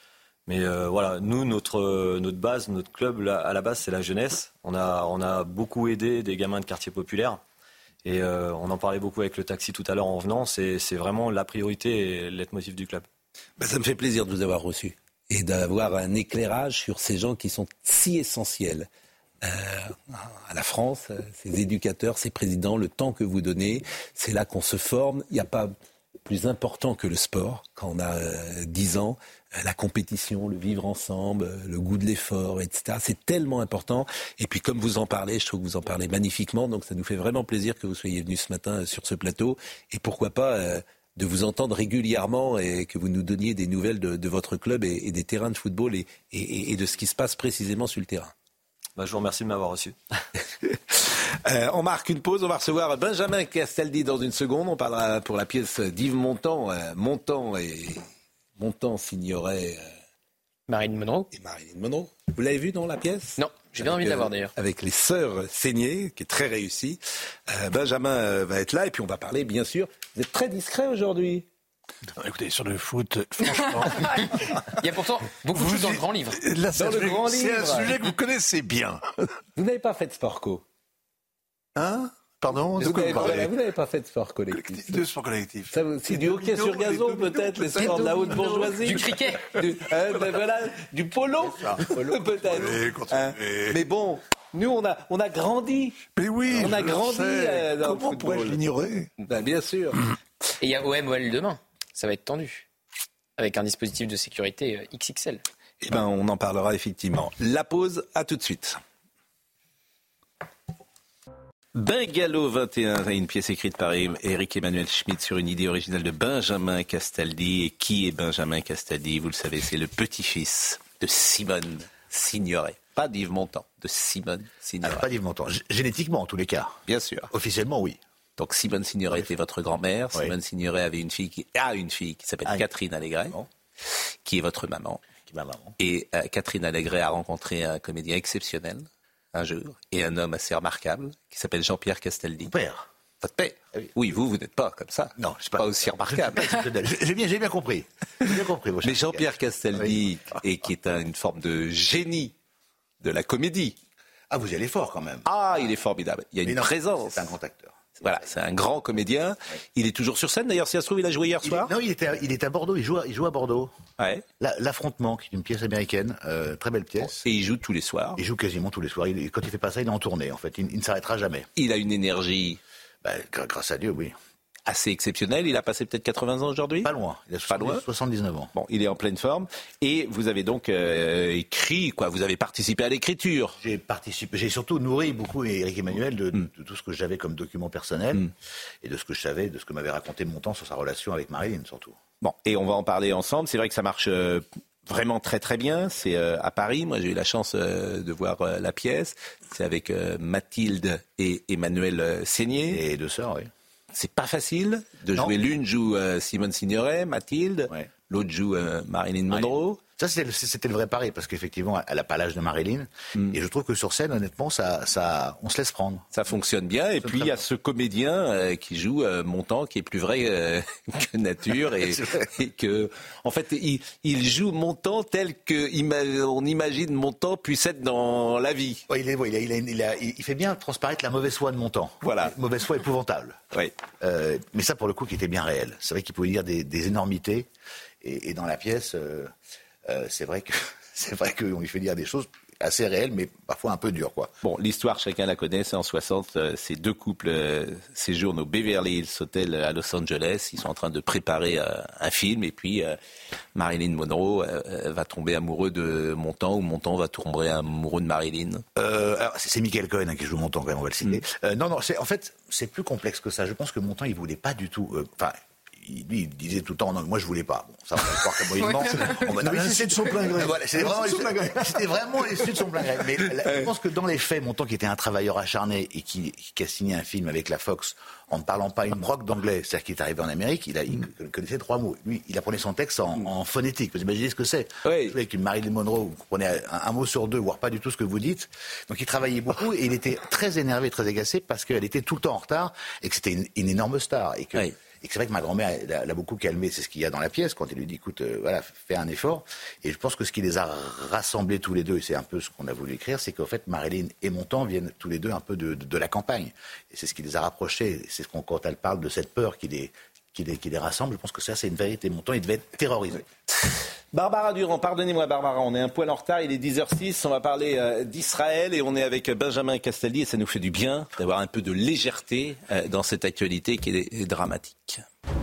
Mais euh, voilà, nous, notre, notre base, notre club, là, à la base, c'est la jeunesse. On a, on a beaucoup aidé des gamins de quartiers populaires. Et euh, on en parlait beaucoup avec le taxi tout à l'heure en venant. C'est, c'est vraiment la priorité et le leitmotiv du club. Ben, ça me fait plaisir de vous avoir reçu et d'avoir un éclairage sur ces gens qui sont si essentiels euh, à la France, ces éducateurs, ces présidents, le temps que vous donnez. C'est là qu'on se forme. Il n'y a pas plus important que le sport quand on a euh, dix ans. La compétition, le vivre ensemble, le goût de l'effort, et cetera. C'est tellement important. Et puis, comme vous en parlez, je trouve que vous en parlez magnifiquement. Donc, ça nous fait vraiment plaisir que vous soyez venu ce matin sur ce plateau. Et pourquoi pas euh, de vous entendre régulièrement et que vous nous donniez des nouvelles de, de votre club et, et des terrains de football et, et, et de ce qui se passe précisément sur le terrain. Bah, je vous remercie de m'avoir reçu. euh, on marque une pause. On va recevoir Benjamin Castaldi dans une seconde. On parlera pour la pièce d'Yves Montand. Euh, Montand et... Montand signerait euh, Marilyn Monroe. Et Marilyn Monroe. Vous l'avez vu dans la pièce ? Non, j'ai bien envie de la voir d'ailleurs. Avec les sœurs Seigné, qui est très réussi. Euh, Benjamin euh, va être là et puis on va parler, bien sûr. Vous êtes très discret aujourd'hui. Non, écoutez, sur le foot, franchement... Il y a pourtant beaucoup de choses dans le grand livre. Là, dans le grand c'est livre. un sujet que vous connaissez bien. Vous n'avez pas fait de sport co ? Hein ? Pardon, de vous quoi n'avez vous parlez ? Vous n'avez pas fait de sport collectif. De sport collectif. Ça, c'est du hockey sur gazon, peut-être, les sports de la haute bourgeoisie. Du cricket. Du, euh, ben voilà, du polo, polo peut-être. Allez, hein, mais bon, nous, on a, on a grandi. Mais oui, on a grandi. Euh, dans Comment pourrais-je l'ignorer ? Ben, bien sûr. Et il y a O M O L demain. Ça va être tendu. Avec un dispositif de sécurité X X L. Eh ben, on en parlera effectivement. La pause, à tout de suite. Bungalow vingt et un, une pièce écrite par Éric Emmanuel Schmitt sur une idée originale de Benjamin Castaldi. Et qui est Benjamin Castaldi ? Vous le savez, c'est le petit-fils de Simone Signoret. Pas d'Yves Montand, de Simone Signoret. Ah, pas d'Yves Montand. G- génétiquement, en tous les cas. Bien sûr. Officiellement, oui. Donc Simone Signoret était votre grand-mère. Oui. Simone Signoret avait une fille qui a une fille qui s'appelle ah, Catherine Allégret, bon. qui est votre maman. Qui est ma maman. Et euh, Catherine Allégret a rencontré un comédien exceptionnel un jour, et un homme assez remarquable, qui s'appelle Jean-Pierre Castaldi. Mon père. Votre père ? Ah oui. Oui, vous, vous n'êtes pas comme ça. Non, je pas, pas aussi remarquable. J'ai bien, j'ai bien compris. J'ai bien compris. Mais Jean-Pierre Castaldi, oui. et qui est un, une forme de génie de la comédie. Ah, vous y allez fort quand même. Ah, il est formidable. Il y a une non, présence. C'est un grand acteur. Voilà, c'est un grand comédien. Oui. Il est toujours sur scène. D'ailleurs, si ça se trouve, il a joué hier il soir. Est, non, il était, à, il est à Bordeaux. Il joue à, il joue à Bordeaux. Ouais. La, L'affrontement, qui est une pièce américaine, euh, très belle pièce. Et il joue tous les soirs. Il joue quasiment tous les soirs. Il, quand il fait pas ça, il est en tournée. En fait, il, il ne s'arrêtera jamais. Il a une énergie. Ben, grâce à Dieu, oui. Assez exceptionnel. Il a passé peut-être quatre-vingts ans aujourd'hui. Pas loin. Il a soixante-dix, pas loin. soixante-dix-neuf ans. Bon, il est en pleine forme. Et vous avez donc euh, écrit, quoi. Vous avez participé à l'écriture. J'ai participé. J'ai surtout nourri beaucoup Éric Emmanuel de, mm. de tout ce que j'avais comme document personnel mm. et de ce que je savais, de ce que m'avait raconté Montand sur sa relation avec Marilyn, surtout. Bon, et on va en parler ensemble. C'est vrai que ça marche euh, vraiment très très bien. C'est euh, à Paris. Moi, j'ai eu la chance euh, de voir euh, la pièce. C'est avec euh, Mathilde et Emmanuel euh, Seigné. Et deux sœurs, oui. C'est pas facile de non. jouer. L'une joue euh, Simone Signoret, Mathilde. Ouais. L'autre joue euh, Marilyn Monroe. Ça, c'était le, c'était le vrai pari, parce qu'effectivement, elle n'a pas l'âge de Marilyn. Mm. Et je trouve que sur scène, honnêtement, ça, ça, on se laisse prendre. Ça fonctionne bien. Et puis, il y a ce comédien euh, qui joue euh, Montand, qui est plus vrai euh, que nature. Et, et que, en fait, il, il joue Montand tel qu'on imagine Montand puisse être dans la vie. Ouais, il, est, ouais, il, a, il, a, il, a, il fait bien transparaître la mauvaise foi de Montand. Voilà. Une mauvaise foi épouvantable. Oui. Euh, mais ça, pour le coup, qui était bien réel. C'est vrai qu'il pouvait dire des, des énormités. Et, et dans la pièce... Euh, Euh, c'est vrai que c'est vrai qu'on lui fait dire des choses assez réelles, mais parfois un peu dures, quoi. Bon, l'histoire, chacun la connaît. C'est en soixante, euh, ces deux couples euh, séjournent au Beverly Hills Hotel à Los Angeles. Ils sont en train de préparer euh, un film, et puis euh, Marilyn Monroe euh, va tomber amoureux de Montand, ou Montand va tomber amoureux de Marilyn. Euh, alors, c'est, c'est Michael Cohen hein, qui joue Montand, quand même, on va le citer. Mm. Euh, non, non, c'est, en fait, c'est plus complexe que ça. Je pense que Montand, il voulait pas du tout. Enfin. Euh, Lui, il disait tout le temps, non, moi je voulais pas. Bon, ça, on va le voir comme moyennement. On va, non, mais c'est de son plein gré. Voilà, c'était, vraiment, c'était vraiment l'issue de son plein gré. Mais là, je pense que dans les faits, Montand, qui était un travailleur acharné et qui, qui a signé un film avec la Fox en ne parlant pas une broque d'anglais, c'est-à-dire qu'il est arrivé en Amérique, il, a, il connaissait trois mots. Lui, il apprenait son texte en, en phonétique. Vous imaginez ce que c'est? Oui. Avec une Marilyn Monroe, vous comprenez un, un mot sur deux, voire pas du tout ce que vous dites. Donc il travaillait beaucoup et il était très énervé, très agacé parce qu'elle était tout le temps en retard et que c'était une, une énorme star. Et que, oui. Et que c'est vrai que ma grand-mère l'a, l'a beaucoup calmé. C'est ce qu'il y a dans la pièce quand il lui dit, écoute, euh, voilà, fais un effort. Et je pense que ce qui les a rassemblés tous les deux, et c'est un peu ce qu'on a voulu écrire, c'est qu'en fait, Marilyn et Montand viennent tous les deux un peu de, de, de la campagne. Et c'est ce qui les a rapprochés. C'est ce qu'on, quand elle parle de cette peur qui les, qui les, qui les rassemble, je pense que ça, c'est une vérité. Montand, il devait être terrorisé. Barbara Durand, pardonnez-moi Barbara, on est un poil en retard, il est dix heures six, on va parler euh, d'Israël et on est avec Benjamin Castaldi et ça nous fait du bien d'avoir un peu de légèreté euh, dans cette actualité qui est dramatique.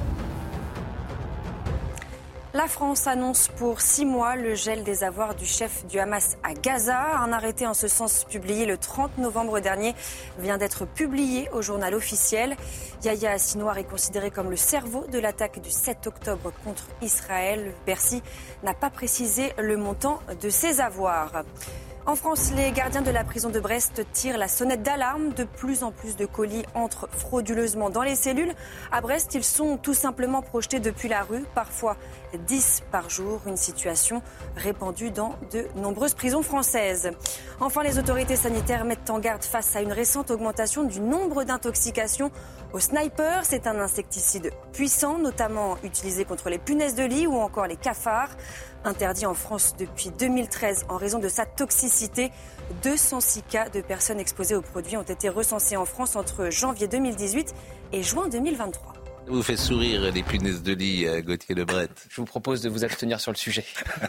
La France annonce pour six mois le gel des avoirs du chef du Hamas à Gaza. Un arrêté en ce sens publié le trente novembre dernier vient d'être publié au journal officiel. Yahya Sinwar est considéré comme le cerveau de l'attaque du sept octobre contre Israël. Bercy n'a pas précisé le montant de ses avoirs. En France, les gardiens de la prison de Brest tirent la sonnette d'alarme. De plus en plus de colis entrent frauduleusement dans les cellules. À Brest, ils sont tout simplement projetés depuis la rue, parfois dix par jour. Une situation répandue dans de nombreuses prisons françaises. Enfin, les autorités sanitaires mettent en garde face à une récente augmentation du nombre d'intoxications au sniper. C'est un insecticide puissant, notamment utilisé contre les punaises de lit ou encore les cafards. Interdit en France depuis deux mille treize en raison de sa toxicité. deux cent six cas de personnes exposées au produit ont été recensés en France entre janvier deux mille dix-huit et juin deux mille vingt-trois. Ça vous fait sourire les punaises de lit, Gauthier Lebret. Je vous propose de vous abstenir sur le sujet.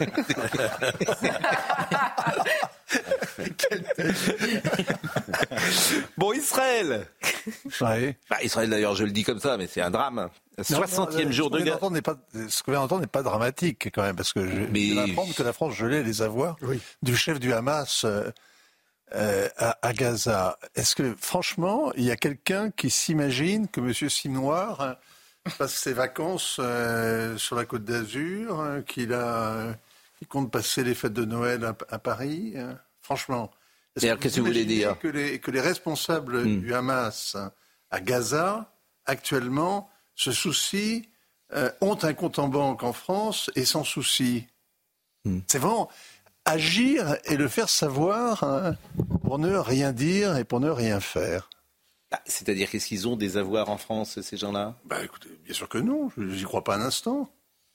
Bon, Israël. Ouais. Bah, Israël, d'ailleurs, je le dis comme ça, mais c'est un drame. soixantième jour de guerre. Ce que vient d'entendre n'est pas dramatique, quand même, parce que je mais... viens d'apprendre que la France gelait les avoirs oui. du chef du Hamas euh, euh, à, à Gaza. Est-ce que, franchement, il y a quelqu'un qui s'imagine que M. Sinwar hein, passe ses vacances euh, sur la Côte d'Azur, hein, qu'il a, euh, qu'il compte passer les fêtes de Noël à, à Paris hein, franchement. Est-ce que qu'est-ce que vous voulez dire que les, que les responsables hmm. du Hamas à Gaza, actuellement, se soucient, euh, ont un compte en banque en France et s'en soucient. Hmm. C'est vraiment agir et le faire savoir hein, pour ne rien dire et pour ne rien faire. Ah, c'est-à-dire qu'est-ce qu'ils ont des avoirs en France, ces gens-là ? Bah, écoutez, bien sûr que non, je n'y crois pas un instant.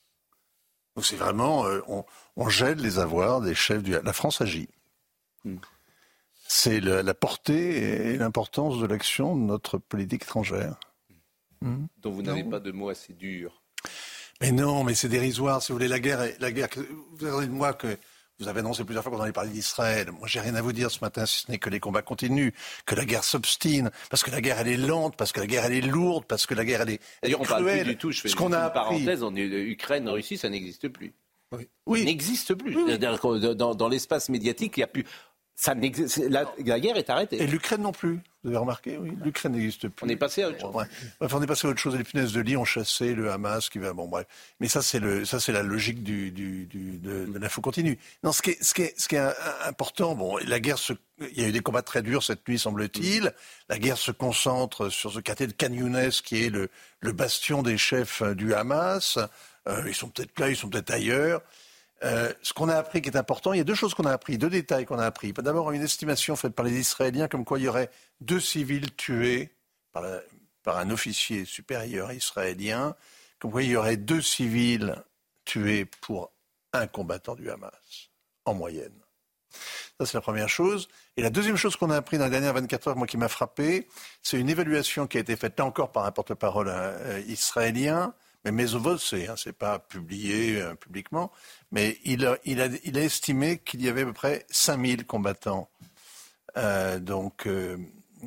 Donc c'est vraiment, euh, on, on gèle les avoirs des chefs du... La France agit. Hmm. C'est le, la portée et l'importance de l'action de notre politique étrangère. Mmh. Dont vous n'avez non. pas de mots assez durs. Mais non, mais c'est dérisoire. Si vous voulez, la guerre, la guerre. Vous avez dit de moi que vous avez annoncé plusieurs fois qu'on allait parler d'Israël. Moi, j'ai rien à vous dire ce matin, si ce n'est que les combats continuent, que la guerre s'obstine, parce que la guerre elle est lente, parce que la guerre elle est lourde, parce que la guerre elle est. Elle D'ailleurs, est on parle cruelle. plus du tout. Je fais ce qu'on a une appris. parenthèse en Ukraine, en Russie, ça n'existe plus. Oui. oui. Ça n'existe plus. Oui, oui. C'est-à-dire que dans, dans l'espace médiatique, il n'y a plus. Ça la, la guerre est arrêtée. Et l'Ukraine non plus. Vous avez remarqué, oui. L'Ukraine n'existe plus. On est passé à autre chose. Ouais. Bref, on est passé à autre chose. Les punaises de lit ont chassé le Hamas qui va. Bon, bref. Mais ça, c'est le, ça, c'est la logique du, du, du de, de l'info continue. Non, ce qui est, ce qui est, ce qui est important, bon, la guerre se, il y a eu des combats très durs cette nuit, semble-t-il. Mmh. La guerre se concentre sur ce quartier de Khan Younes, qui est le, le bastion des chefs du Hamas. Euh, ils sont peut-être là, ils sont peut-être ailleurs. Euh, ce qu'on a appris qui est important, il y a deux choses qu'on a appris, deux détails qu'on a appris. D'abord, une estimation faite par les Israéliens comme quoi il y aurait deux civils tués par, la, par un officier supérieur israélien, comme quoi il y aurait deux civils tués pour un combattant du Hamas, en moyenne. Ça, c'est la première chose. Et la deuxième chose qu'on a appris dans les dernières vingt-quatre heures, moi qui m'a frappé, c'est une évaluation qui a été faite là encore par un porte-parole euh, israélien. Mais Mesovod, c'est, hein, c'est pas publié euh, publiquement, mais il a, il a, il a estimé qu'il y avait à peu près cinq mille combattants euh, donc, euh,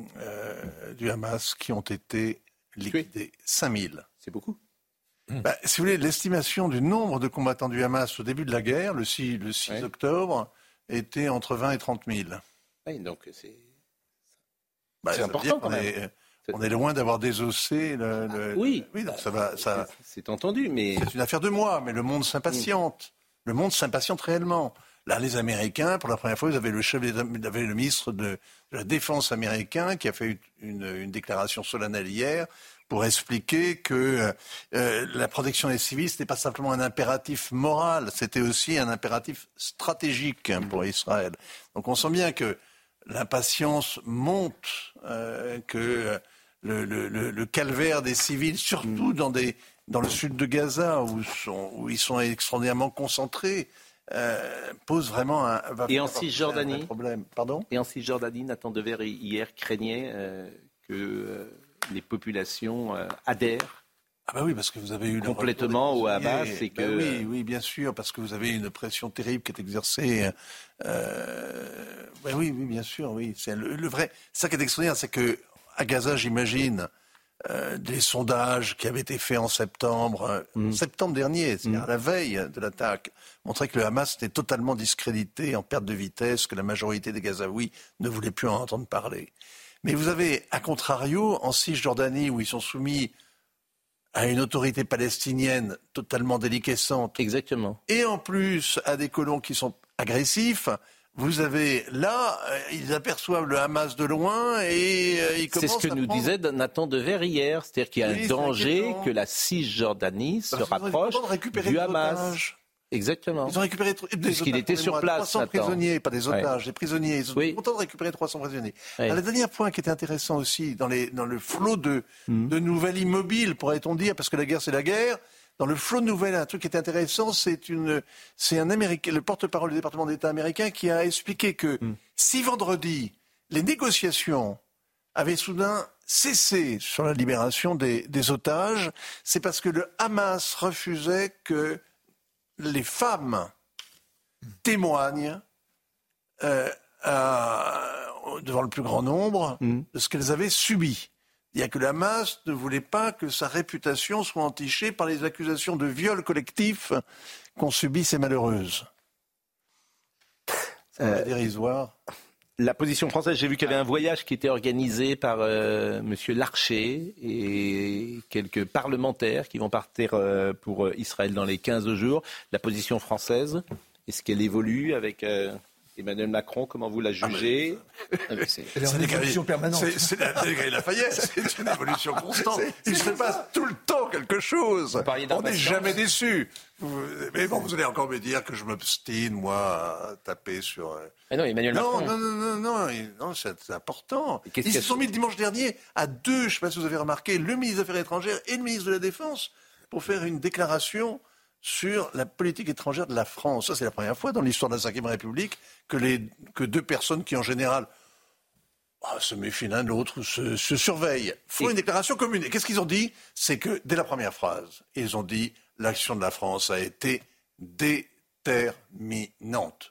euh, du Hamas qui ont été liquidés. cinq mille. C'est beaucoup. Bah, si vous voulez, l'estimation du nombre de combattants du Hamas au début de la guerre, le six, le six ouais. octobre, était entre vingt et trente mille. Oui, donc c'est, bah, c'est important quand même. Est, On est loin d'avoir désossé le. le oui, oui donc ça va, ça. C'est entendu, mais c'est une affaire de moi. Mais le monde s'impatiente. Le monde s'impatiente réellement. Là, les Américains, pour la première fois, vous avez le chef, vous avez le ministre de, de la Défense américain qui a fait une, une déclaration solennelle hier pour expliquer que euh, la protection des civils, c'était pas simplement un impératif moral, c'était aussi un impératif stratégique hein, pour Israël. Donc, on sent bien que l'impatience monte, euh, que le, le, le, le calvaire des civils, surtout dans, des, dans le sud de Gaza, où, sont, où ils sont extraordinairement concentrés, euh, pose vraiment un, va Et en Cisjordanie, un problème. Pardon ? Et en Cisjordanie, Nathan Dever hier craignait euh, que euh, les populations euh, adhèrent. Ah bah oui, parce que vous avez eu complètement au Hamas et que ben oui, oui, bien sûr, parce que vous avez une pression terrible qui est exercée. Euh... Ben oui, oui, bien sûr, oui. C'est le, le vrai. Ça qui est extraordinaire, c'est que à Gaza, j'imagine, euh, des sondages qui avaient été faits en septembre, mm. en septembre dernier, c'est-à-dire mm. à la veille de l'attaque, montraient que le Hamas était totalement discrédité, en perte de vitesse, que la majorité des Gazaouis ne voulaient plus en entendre parler. Mais vous avez, à contrario, en Cisjordanie, où ils sont soumis à une autorité palestinienne totalement déliquescente. Exactement. Et en plus, à des colons qui sont agressifs, vous avez là, ils aperçoivent le Hamas de loin et euh, ils commencent à C'est ce que nous prendre... disait Nathan Dever hier, c'est-à-dire qu'il y a oui, un danger que la Cisjordanie se rapproche du Hamas. Otages. Exactement. Ils ont récupéré des Parce qu'il était sur place. trois cents Nathan. prisonniers, pas des otages, ouais. des prisonniers. Ils sont oui. contents de récupérer trois cents prisonniers. Oui. Alors, le dernier point qui était intéressant aussi dans, les, dans le flot de, mmh. de nouvelles immobiles, pourrait-on dire, parce que la guerre c'est la guerre. Dans le flot de nouvelles, un truc qui était intéressant, c'est une, c'est un Américain, le porte-parole du département d'État américain qui a expliqué que mmh. si vendredi les négociations avaient soudain cessé sur la libération des, des otages, c'est parce que le Hamas refusait que les femmes témoignent euh, à, devant le plus grand nombre mmh. de ce qu'elles avaient subi. Il y a que le Hamas ne voulait pas que sa réputation soit entichée par les accusations de viol collectif qu'ont subi ces malheureuses. C'est euh, dérisoire. La position française, j'ai vu qu'il y avait un voyage qui était organisé par euh, M. Larcher et quelques parlementaires qui vont partir euh, pour Israël dans les quinze jours. La position française, est-ce qu'elle évolue avec euh, Emmanuel Macron? Comment vous la jugez? ah, C'est une évolution permanente. C'est, c'est la Galerie Lafayette, c'est une évolution constante. Il se passe tout le temps quelque chose. On n'est jamais déçu. Mais bon, vous allez encore me dire que je m'obstine, moi, à taper sur... Mais non, Emmanuel non, Macron. Non, non, non, non, non, c'est, c'est important. Ils se sont mis le dimanche dernier à deux, je ne sais pas si vous avez remarqué, le ministre des Affaires étrangères et le ministre de la Défense pour faire une déclaration sur la politique étrangère de la France. Ça, c'est la première fois dans l'histoire de la cinquième République que, les, que deux personnes qui, en général, oh, se méfient l'un de l'autre, se, se surveillent, font une déclaration commune. Et qu'est-ce qu'ils ont dit? C'est que, dès la première phrase, ils ont dit « l'action de la France a été déterminante ».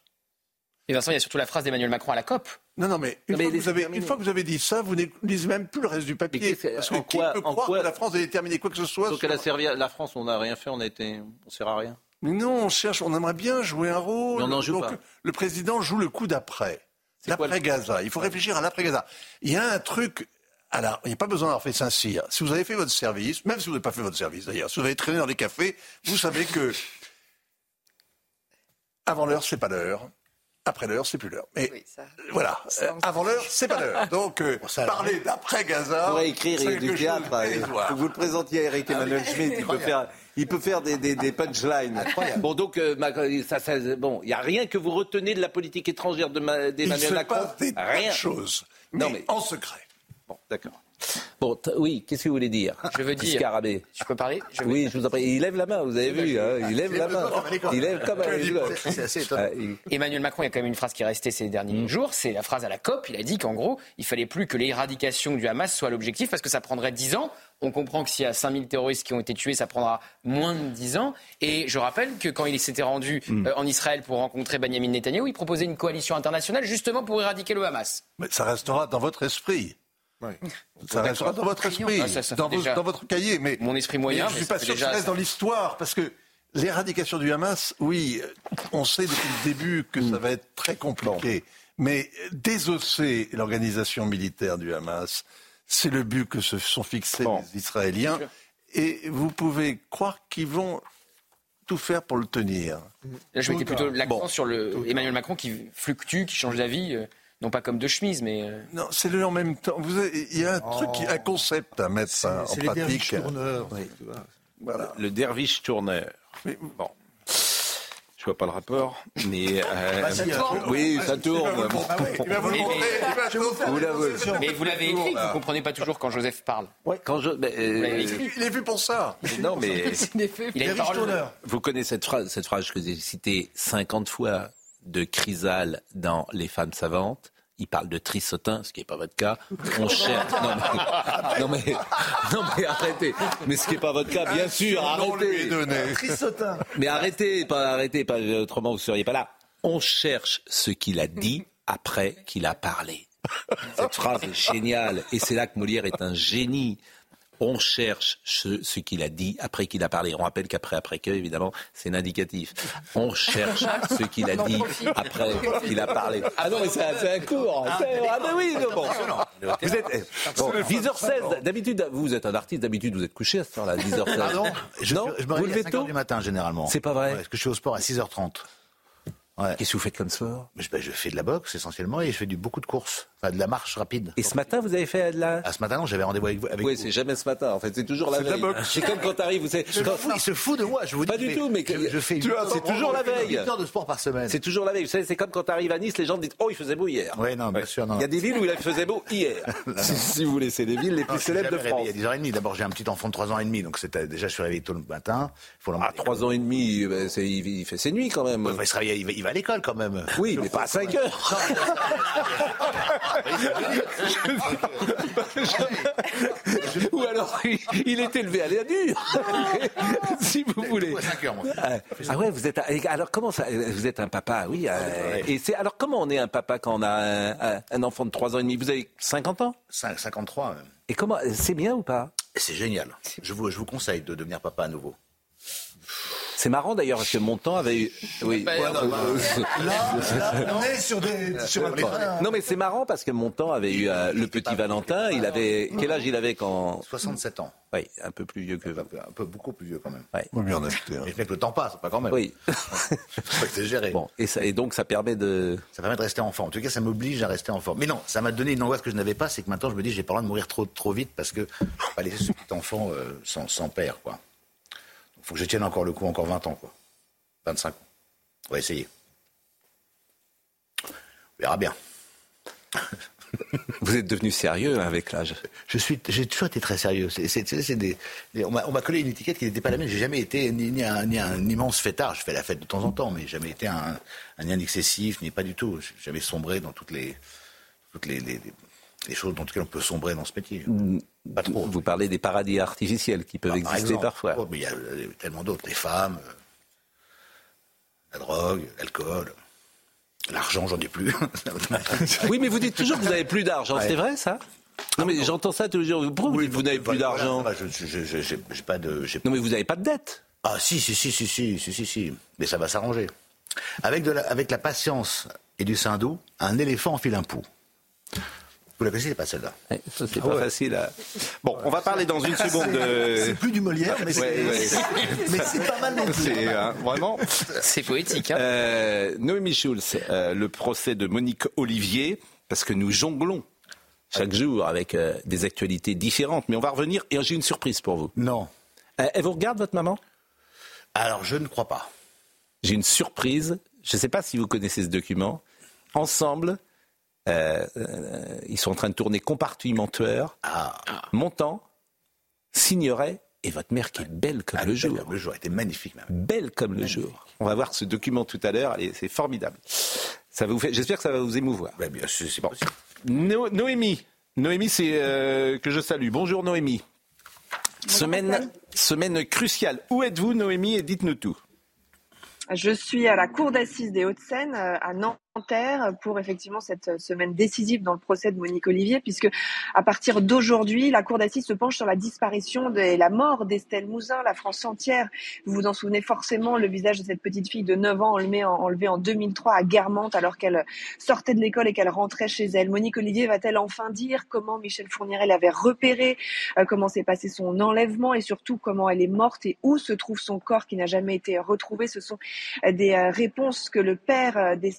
Et Vincent, il y a surtout la phrase d'Emmanuel Macron à la COP. Non, non, mais, une, non, mais fois vous avez, une fois que vous avez dit ça, vous ne lisez même plus le reste du papier. Parce que qui quoi, peut croire quoi, que la France a déterminé quoi que ce soit? Donc sur... elle a servi à la France, on n'a rien fait, on a été, on sert à rien. Mais non, on cherche, on aimerait bien jouer un rôle. Mais on n'en joue donc, pas. Le président joue le coup d'après. C'est l'après-Gaza. Il faut réfléchir à l'après-Gaza. Il y a un truc. Alors, il n'y a pas besoin d'avoir fait Saint-Cyr. Si vous avez fait votre service, même si vous n'avez pas fait votre service d'ailleurs, si vous avez traîné dans les cafés, vous savez que avant l'heure, c'est pas l'heure. Après l'heure, c'est plus l'heure. Mais oui, ça, voilà, ça, on... avant l'heure, c'est pas l'heure. Donc, euh, ça, parler d'après Gaza, on pourrait écrire il y a du théâtre. Faut que vous le présentiez à Eric Emmanuel ah, Schmitt. Il peut faire, il peut faire des, des, des punchlines. Incroyable. Bon, donc, euh, ça, ça, bon, il n'y a rien que vous retenez de la politique étrangère de ma, d'Emmanuel Macron. Il se passe des rien. choses, mais, non, mais en secret. Bon, d'accord. Bon, t- oui, qu'est-ce que vous voulez dire? Je veux dire. Scarabée. Je peux parler? je veux... Oui, je vous en prie. Il lève la main, vous avez vu, hein, il lève la main. Il lève comme un. C'est assez étonnant. Emmanuel Macron, il y a quand même une phrase qui est restée ces derniers mmh. jours, c'est la phrase à la COP. Il a dit qu'en gros, il fallait plus que l'éradication du Hamas soit l'objectif parce que ça prendrait dix ans. On comprend que s'il y a cinq mille terroristes qui ont été tués, ça prendra moins de dix ans. Et je rappelle que quand il s'était rendu mmh. euh, en Israël pour rencontrer Benyamin Netanyahou, il proposait une coalition internationale justement pour éradiquer le Hamas. Mais ça restera dans votre esprit. Oui. Ça restera dans votre esprit, ah, ça, ça dans, vos, dans votre cahier. Mais mon esprit moyen. Mais je ne suis pas sûr que ça reste dans l'histoire, parce que l'éradication du Hamas, oui, on sait depuis le début que mmh. ça va être très compliqué. Bon. Mais désosser l'organisation militaire du Hamas, c'est le but que se sont fixés bon. les Israéliens. Et vous pouvez croire qu'ils vont tout faire pour le tenir. Là, je mettais plutôt l'accent bon. sur le Emmanuel Macron qui fluctue, qui change d'avis. Euh... Non pas comme de chemise, mais... Euh... Non, c'est le en même temps. Vous avez, il y a un oh. truc, un concept à mettre c'est, en c'est pratique. C'est les derviches tourneurs. Oui. Voilà. Le derviche tourneur. Mais, bon. Je vois pas le rapport, mais euh, bah, ça oui, ça tourne. Bon. Bah oui, mais, vous, vous, mais vous l'avez écrit, vous comprenez pas toujours quand Joseph parle. Ouais, quand je. Mais, euh, il est vu pour ça. Non, mais il a une parole. Vous connaissez cette phrase, cette phrase que j'ai citée cinquante fois de Chrysal dans Les Femmes savantes. Il parle de Trissotin, ce qui n'est pas votre cas. On cherche. Non mais, non mais, non mais arrêtez. Mais ce qui n'est pas votre cas, bien sûr, arrêtez. Trissotin. Mais arrêtez, pas arrêtez, pas autrement vous ne seriez pas là. On cherche ce qu'il a dit après qu'il a parlé. Cette phrase est géniale et c'est là que Molière est un génie. On cherche ce, ce qu'il a dit après qu'il a parlé. On rappelle qu'après après que, évidemment, c'est l'indicatif. On cherche ce qu'il a dit après qu'il a parlé. Ah non, mais c'est, c'est un cours. Ah, ah ben oui, non, bon. Vous êtes bon, dix heures seize. D'habitude, vous êtes un artiste. D'habitude, vous êtes couché à cette heure-là, dix heures seize. Ah non, je, non je me réveille à cinq heures du matin généralement. C'est pas vrai. Ouais, parce que je suis au sport à six heures trente. Ouais. Qu'est-ce que vous faites comme sport? je, ben, je fais de la boxe essentiellement et je fais du, beaucoup de courses, enfin de la marche rapide. Et ce matin, vous avez fait de la... Ah, ce matin, non, j'avais rendez-vous avec vous. Avec oui, vous. C'est jamais ce matin, en fait, c'est toujours la c'est veille. La c'est comme quand t'arrives, vous savez... Quand... Fou, il se fout de moi, je vous dis. Pas du tout, mais je, je fais tu vois, c'est toujours la veille. huit heures de sport par semaine. C'est toujours la veille. Vous savez, c'est comme quand t'arrives à Nice, les gens disent « Oh, il faisait beau hier ». Oui, non, bien sûr, non. Il y a des villes où il faisait beau hier. si, si vous voulez, c'est les villes les plus non, célèbres de France. Il y a dix heures trente. D'abord, j'ai un petit enfant de trois ans et demi, donc c'était, déjà, je suis réveillé tôt le matin. Faut ah, trois ans et demi, ben, c'est, il, il fait ses nuits quand même. Ouais, il, se réveille, il, va, il va à l'école quand même. Oui, mais pas à cinq heures. Ou alors, il, il est élevé à l'air dur, si vous voulez. À cinq heures, moi. Ah ouais, vous êtes. Alors comment ça vous êtes un papa, oui. Euh, et c'est alors comment on est un papa quand on a un, un enfant de trois ans et demi? Vous avez cinquante ans? cinquante-trois même. Et comment c'est bien ou pas? C'est génial. Je vous, je vous conseille de devenir papa à nouveau. C'est marrant d'ailleurs parce que Montan avait eu. Oui. Bah, non, bah, là, là, on est sur des. Sur un terrain. Non mais c'est marrant parce que Montan avait eu euh, le petit Valentin. Il avait quel âge il avait quand? soixante-sept ans. Oui, un peu plus vieux que vous. Un peu, un peu beaucoup plus vieux quand même. Ouais. Oui, bien acheté. Et le temps passe, pas quand même. Oui. Faut exagérer. Bon, et, ça, et donc ça permet de. Ça permet de rester en forme. En tout cas, ça m'oblige à rester en forme. Mais non, ça m'a donné une angoisse que je n'avais pas, c'est que maintenant je me dis j'ai pas le droit de mourir trop trop vite parce que faut pas laisser ce petit enfant euh, sans, sans père, quoi. Il faut que je tienne encore le coup, encore vingt ans, quoi. vingt-cinq ans. On va essayer. On verra bien. Vous êtes devenu sérieux avec l'âge. Je suis, j'ai toujours été très sérieux. C'est, c'est, c'est des, des, on, m'a, on m'a collé une étiquette qui n'était pas la mienne. J'ai jamais été ni, ni, un, ni un immense fêtard. Je fais la fête de temps en temps, mais j'ai jamais été un, un ni un excessif, ni pas du tout. J'ai jamais sombré dans toutes les, toutes les, les, les choses dans lesquelles on peut sombrer dans ce métier. Pas trop. Vous parlez des paradis artificiels qui peuvent ah, exister exemple, parfois. Oh, mais il y a tellement d'autres. Les femmes, la drogue, l'alcool. L'argent, j'en ai plus. Oui, mais vous dites toujours que vous n'avez plus d'argent. Ouais. C'est vrai, ça? Non, mais j'entends ça tous les jours. Pourquoi oui, vous, vous n'avez plus voilà, d'argent? Voilà, je, je, je, j'ai, j'ai pas de, j'ai... Non, mais vous n'avez pas de dette? Ah, si, si, si, si, si, si, si, si. Mais ça va s'arranger. Avec, de la, avec la patience et du sein doux, un éléphant enfile un pou. Vous la connaissez, c'est pas celle-là. Ouais, ça, c'est ah pas ouais. facile. À... Bon, on va parler dans une seconde de... C'est plus du Molière, mais, ouais, c'est... Ouais. mais c'est pas mal non plus. C'est, hein, vraiment... C'est poétique. Hein. Euh, Noémie Schulz, euh, le procès de Monique Olivier, parce que nous jonglons chaque jour avec euh, des actualités différentes. Mais on va revenir, et j'ai une surprise pour vous. Non. Euh, elle vous regarde, votre maman? Alors, je ne crois pas. J'ai une surprise. Je ne sais pas si vous connaissez ce document. Ensemble... Euh, euh, ils sont en train de tourner Compartimenteur. Ah. Montant signerait, et votre mère qui est belle comme ah, le jour. Le jour était magnifique. Même. Belle comme magnifique. Le jour. On va voir ce document tout à l'heure, et c'est formidable. Ça va vous faire, j'espère que ça va vous émouvoir. Ben, bien sûr, c'est bon. possible. No- Noémie, Noémie, c'est euh, que je salue. Bonjour Noémie. Bonjour, semaine, semaine cruciale. Où êtes-vous Noémie et dites-nous tout. Je suis à la cour d'assises des Hauts-de-Seine, à Nanterre, pour effectivement cette semaine décisive dans le procès de Monique Olivier, puisque à partir d'aujourd'hui, la cour d'assises se penche sur la disparition et la mort d'Estelle Mouzin. La France entière, vous vous en souvenez forcément, le visage de cette petite fille de neuf ans enlevée en, enlevée en deux mille trois à Guermantes alors qu'elle sortait de l'école et qu'elle rentrait chez elle. Monique Olivier va-t-elle enfin dire comment Michel Fourniret l'avait repérée, euh, comment s'est passé son enlèvement et surtout comment elle est morte et où se trouve son corps qui n'a jamais été retrouvé? Ce sont des réponses que le père d'Estelle Mouzin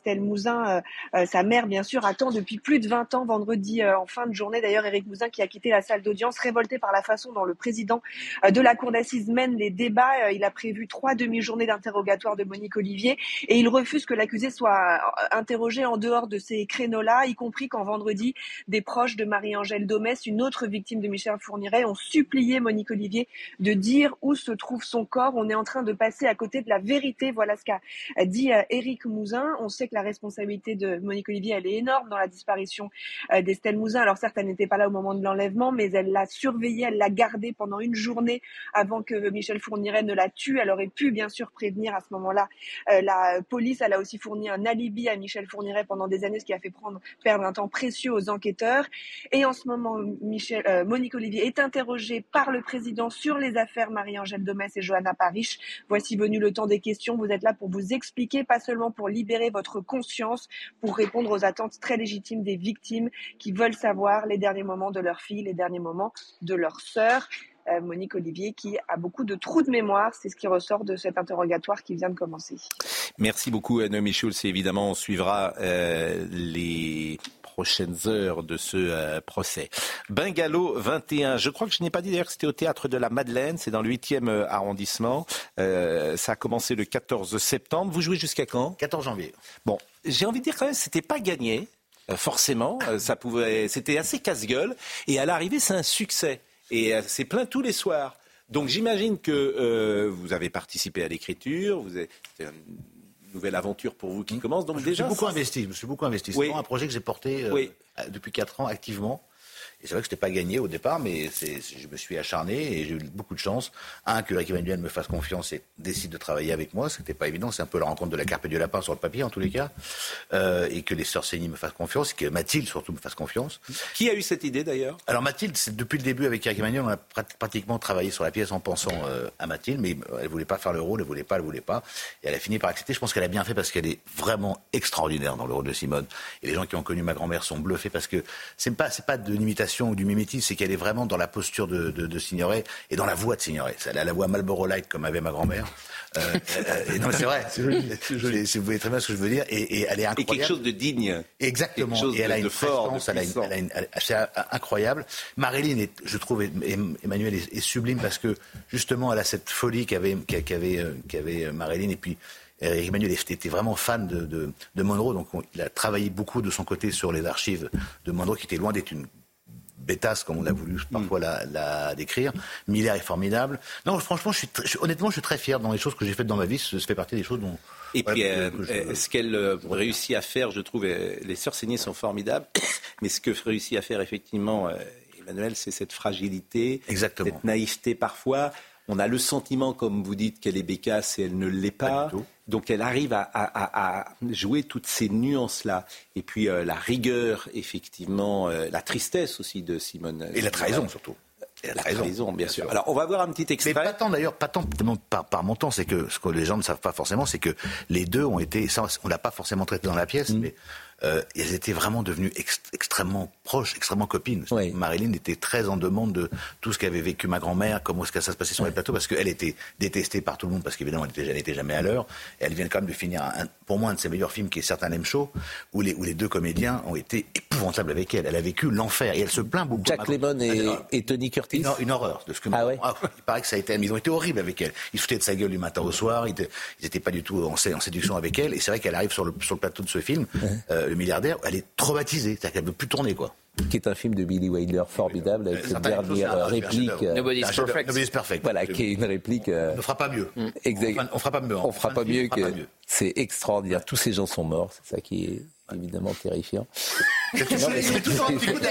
Mouzin, euh, sa mère bien sûr, attend depuis plus de vingt ans, vendredi euh, en fin de journée. D'ailleurs, Éric Mouzin qui a quitté la salle d'audience, révolté par la façon dont le président euh, de la cour d'assises mène les débats. Euh, il a prévu trois demi-journées d'interrogatoire de Monique Olivier et il refuse que l'accusé soit interrogé en dehors de ces créneaux-là, y compris quand vendredi, des proches de Marie-Angèle Domès, une autre victime de Michel Fourniret, ont supplié Monique Olivier de dire où se trouve son corps. On est en train de passer à côté de la vérité. Voilà ce qu'a dit euh, Éric Mouzin. On sait que la responsabilité de Monique Olivier, elle est énorme dans la disparition euh, d'Estelle Mouzin. Alors certes, elle n'était pas là au moment de l'enlèvement, mais elle l'a surveillée, elle l'a gardée pendant une journée avant que Michel Fourniret ne la tue. Elle aurait pu bien sûr prévenir à ce moment-là euh, la police. Elle a aussi fourni un alibi à Michel Fourniret pendant des années, ce qui a fait prendre, perdre un temps précieux aux enquêteurs. Et en ce moment, Michel, euh, Monique Olivier est interrogée par le président sur les affaires Marie-Angèle Domès et Johanna Parish. Voici venu le temps des questions. Vous êtes là pour vous expliquer, pas seulement pour libérer votre conscience, pour répondre aux attentes très légitimes des victimes qui veulent savoir les derniers moments de leur fille, les derniers moments de leur sœur. Euh, Monique Olivier qui a beaucoup de trous de mémoire, c'est ce qui ressort de cet interrogatoire qui vient de commencer. Merci beaucoup Noémie Schulz et évidemment on suivra euh, les prochaines heures de ce euh, procès. Bungalow vingt et un, je crois que je n'ai pas dit d'ailleurs que c'était au Théâtre de la Madeleine, c'est dans le huitième arrondissement, euh, ça a commencé le quatorze septembre, vous jouez jusqu'à quand ? quatorze janvier. Bon, j'ai envie de dire quand même, c'était pas gagné, euh, forcément, euh, ça pouvait, c'était assez casse-gueule et à l'arrivée c'est un succès. Et c'est plein tous les soirs. Donc j'imagine que euh, vous avez participé à l'écriture, vous avez, c'est une nouvelle aventure pour vous qui commence. Donc je déjà, me suis beaucoup ça... investi. Je me suis beaucoup investi. C'est oui. vraiment un projet que j'ai porté euh, oui. depuis quatre ans activement. Et c'est vrai que je n'étais pas gagné au départ, mais c'est, je me suis acharné et j'ai eu beaucoup de chance. Un, que Éric Emmanuel me fasse confiance et décide de travailler avec moi, ce qui n'était pas évident. C'est un peu la rencontre de la carpe et du lapin sur le papier, en tous les cas. Euh, et que les sœurs Seigny me fassent confiance, et que Mathilde, surtout, me fasse confiance. Qui a eu cette idée, d'ailleurs ? Alors Mathilde, c'est depuis le début avec Éric Emmanuel, on a prat- pratiquement travaillé sur la pièce en pensant euh, à Mathilde, mais elle ne voulait pas faire le rôle, elle ne voulait pas, elle ne voulait pas. Et elle a fini par accepter. Je pense qu'elle a bien fait parce qu'elle est vraiment extraordinaire dans le rôle de Simone. Et les gens qui ont connu ma grand-mère sont bluffés parce que c'est pas, c'est pas de l'imitation ou du mimétisme, c'est qu'elle est vraiment dans la posture de, de, de Signoret et dans la voix de Signoret. Elle a la voix Marlboro Light comme avait ma grand-mère. Euh, euh, et non, mais c'est vrai. C'est joli. C'est joli. Vous voyez très bien ce que je veux dire. Et, et elle est incroyable. Et quelque chose de digne. Exactement. Quelque chose et elle de, a une de fort, prestance, elle a une, elle a une, elle, c'est incroyable. Marilyn, est, je trouve, Emmanuel est, est sublime parce que justement, elle a cette folie qu'avait, qu'avait, qu'avait Marilyn. Et puis, Éric Emmanuel était vraiment fan de, de, de Monroe. Donc, on, il a travaillé beaucoup de son côté sur les archives de Monroe, qui était loin d'être une bétasse, comme on a voulu parfois mm. la, la décrire. Miller est formidable. Non, franchement, je suis très, je, honnêtement, je suis très fier dans les choses que j'ai faites dans ma vie. Ça fait partie des choses dont... Et voilà, puis, euh, je... ce qu'elle euh, réussit à faire, je trouve, euh, les sœurs Seigny sont formidables, mais ce que réussit à faire, effectivement, euh, Emmanuel, c'est cette fragilité, Exactement. cette naïveté parfois. On a le sentiment, comme vous dites, qu'elle est bécasse et elle ne l'est pas. Pas du tout. Donc elle arrive à, à, à jouer toutes ces nuances-là. Et puis euh, la rigueur, effectivement, euh, la tristesse aussi de Simone. Et la trahison, surtout. Et la trahison, trahison bien, bien sûr. sûr. Alors on va voir un petit extrait. Mais pas tant d'ailleurs, pas tant par, par mon temps, c'est que ce que les gens ne savent pas forcément, c'est que les deux ont été, ça, on l'a pas forcément traité dans la pièce, mmh. mais euh, elles étaient vraiment devenues ex- extrêmement proches, extrêmement copines. Oui. Marilyn était très en demande de tout ce qu'avait vécu ma grand-mère, comment est-ce que ça se passait sur oui. les plateaux, parce qu'elle était détestée par tout le monde, parce qu'évidemment elle n'était était jamais à l'heure. Et elle vient quand même de finir, un, pour moi, un de ses meilleurs films, qui est Certain Lame Show, où les, où les deux comédiens ont été épouvantables avec elle. Elle a vécu l'enfer, et elle se plaint beaucoup. Jack Lemmon et, et Tony Curtis. Une, une horreur de ce que ah ouais. ah, il paraît que ça a été, mais ils ont été horribles avec elle. Ils foutaient de sa gueule du matin au soir. Ils n'étaient pas du tout en, en séduction avec elle. Et c'est vrai qu'elle arrive sur le, sur le plateau de ce film, ouais. euh, Le Milliardaire. Elle est traumatisée, c'est-à-dire qu'elle ne veut plus tourner, quoi. Qui est un film de Billy Wilder formidable avec cette dernière réplique. Nobody's perfect. Nobody's perfect. Voilà, qui est une réplique. On ne fera pas mieux. Mm. Exact. On ne fera pas mieux. On ne fera pas mieux que. C'est extraordinaire. Tous ces gens sont morts. C'est ça qui est évidemment terrifiant. Il fait toujours un petit coup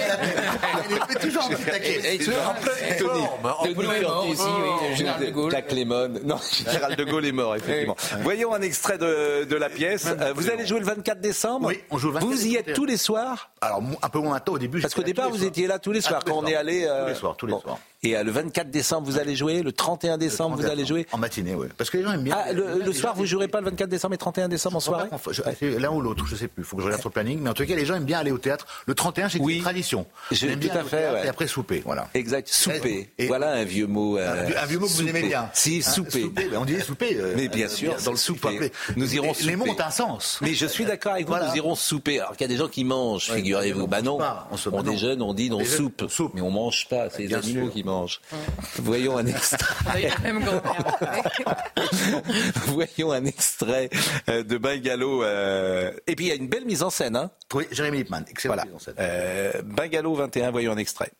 Il fait toujours un petit taquet. Tony Curtis aussi, oui. Gérald de Gaulle. Jack Lemmon. Non, Gérald de Gaulle est mort, effectivement. Voyons un extrait de, de la pièce. Vous allez jouer le vingt-quatre décembre. Oui, on joue le vingt-quatre. Vous y êtes tous les soirs. Alors, un peu moins tôt au début. Parce qu'au départ, vous étiez là tous les soirs quand on est allé. Tous les soirs, tous les soirs. Et euh, le vingt-quatre décembre, vous allez jouer. Le trente et un décembre, vous allez jouer. En matinée, oui. Parce que les gens aiment bien. Ah, le, le soir, vous jouerez pas le vingt-quatre décembre et trente et un décembre en soirée. L'un ou l'autre, je sais plus. Faut que je regarde sur le planning, mais en tout cas, les gens aiment bien aller au théâtre. Le trente et un, c'est oui. une tradition. Je, tout bien à fait, ouais. Et après souper, voilà. Exact, souper. Et, voilà un vieux mot. Euh, un, un vieux mot que souper. Vous aimez bien. Si, hein, souper. souper ben on dit souper. Euh, mais bien sûr, dans le souper. Nous irons souper. Les mots ont un sens. Mais je suis d'accord avec vous, voilà. Nous irons souper. Alors qu'il y a des gens qui mangent, ouais, figurez-vous. Bah non, pas, on, se on déjeune, on dîne, on soupe. soupe. Mais on mange pas, c'est les animaux qui mangent. Voyons un extrait. Voyons un extrait de Bungalow. Euh... Et puis il y a une belle mise en scène. Hein. Oui, Jérémy Lippmann, excellent voilà. mise en scène. Euh, Bungalow vingt et un, voyons un extrait.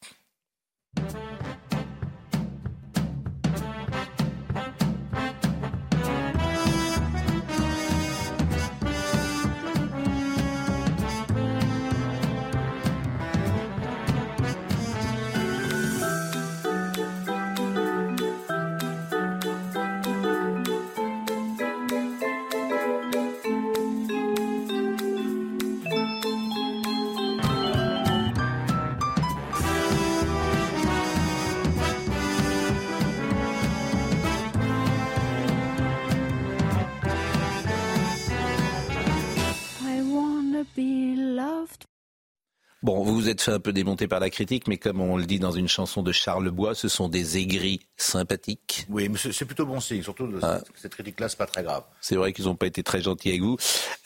Bon, vous vous êtes fait un peu démonter par la critique, mais comme on le dit dans une chanson de Charles Bois, ce sont des aigris sympathiques. Oui, mais c'est plutôt bon signe, surtout de ah. cette critique-là, c'est pas très grave. C'est vrai qu'ils n'ont pas été très gentils avec vous.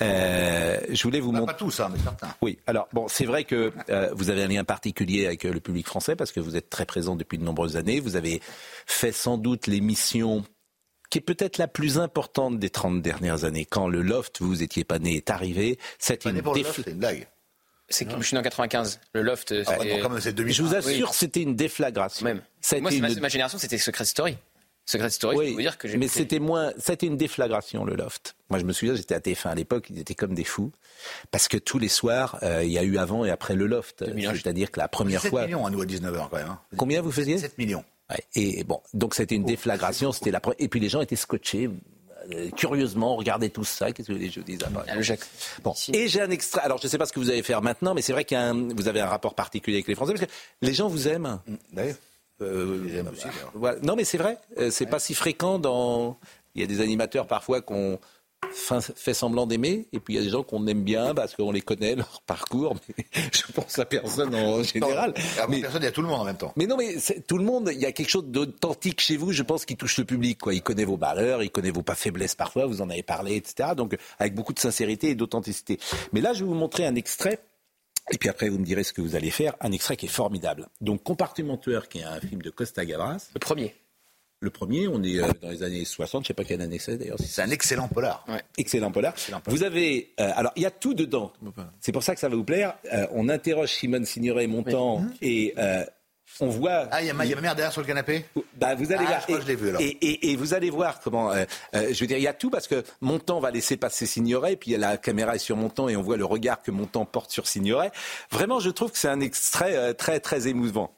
Euh, je voulais vous montrer... Pas tous, hein, mais certains. Oui, alors bon, c'est vrai que euh, vous avez un lien particulier avec euh, le public français, parce que vous êtes très présent depuis de nombreuses années. Vous avez fait sans doute l'émission qui est peut-être la plus importante des trente dernières années. Quand le Loft, vous étiez pas né, est arrivé, c'était une, déf... une blague. C'est que je suis né en quatre-vingt-quinze. Le Loft, ah, c'était... Comme c'est deux mille. Je vous assure, oui. C'était une déflagration. Même. Moi, une... ma, ma génération, c'était Secret Story. Secret Story, oui, je peux vous dire que j'ai... Mais c'était moins... C'était une déflagration, le Loft. Moi, je me souviens, j'étais à T F un à l'époque, ils étaient comme des fous. Parce que tous les soirs, euh, il y a eu avant et après le Loft. C'est-à-dire que la première sept fois... sept millions à nous à dix-neuf heures, quand même. Hein. Combien vous faisiez? sept millions. Ouais. Et bon, donc c'était une oh, déflagration, c'était la première... Et puis les gens étaient scotchés... Curieusement, regardez tout ça. Qu'est-ce que les jeux disent après? Le Jacques. Bon. Et j'ai un extrait. Alors, je ne sais pas ce que vous allez faire maintenant, mais c'est vrai que vous avez un rapport particulier avec les Français, parce que les gens vous aiment. D'ailleurs. Euh, ils aiment aussi. Voilà. Non, mais c'est vrai. C'est ouais. pas si fréquent dans. Il y a des animateurs parfois qu'on fait semblant d'aimer, et puis il y a des gens qu'on aime bien parce qu'on les connaît, leur parcours, mais je pense à personne en général. Non, mais, personne, il y a tout le monde en même temps. Mais non, mais tout le monde, il y a quelque chose d'authentique chez vous, je pense, qui touche le public, quoi. Il connaît vos valeurs, il connaît vos pas faiblesses parfois, vous en avez parlé, et cetera. Donc, avec beaucoup de sincérité et d'authenticité. Mais là, je vais vous montrer un extrait. Et puis après, vous me direz ce que vous allez faire. Un extrait qui est formidable. Donc, Compartimenteur, qui est un film de Costa Gavras. Le premier. Le premier, on est dans les années soixante, je ne sais pas quelle année c'est d'ailleurs. C'est un excellent polar. Ouais. Excellent polar. Excellent polar. Vous avez, euh, alors il y a tout dedans. C'est pour ça que ça va vous plaire. Euh, on interroge Simone Signoret-Montand oui. et euh, on voit. Ah, il y, y a ma mère derrière sur le canapé. Bah, vous allez ah, voir. Je crois et, que je l'ai vu alors. Et, et, et vous allez voir comment. Euh, euh, je veux dire, il y a tout parce que Montand va laisser passer Signoret, et puis la caméra est sur Montand et on voit le regard que Montand porte sur Signoret. Vraiment, je trouve que c'est un extrait euh, très très émouvant.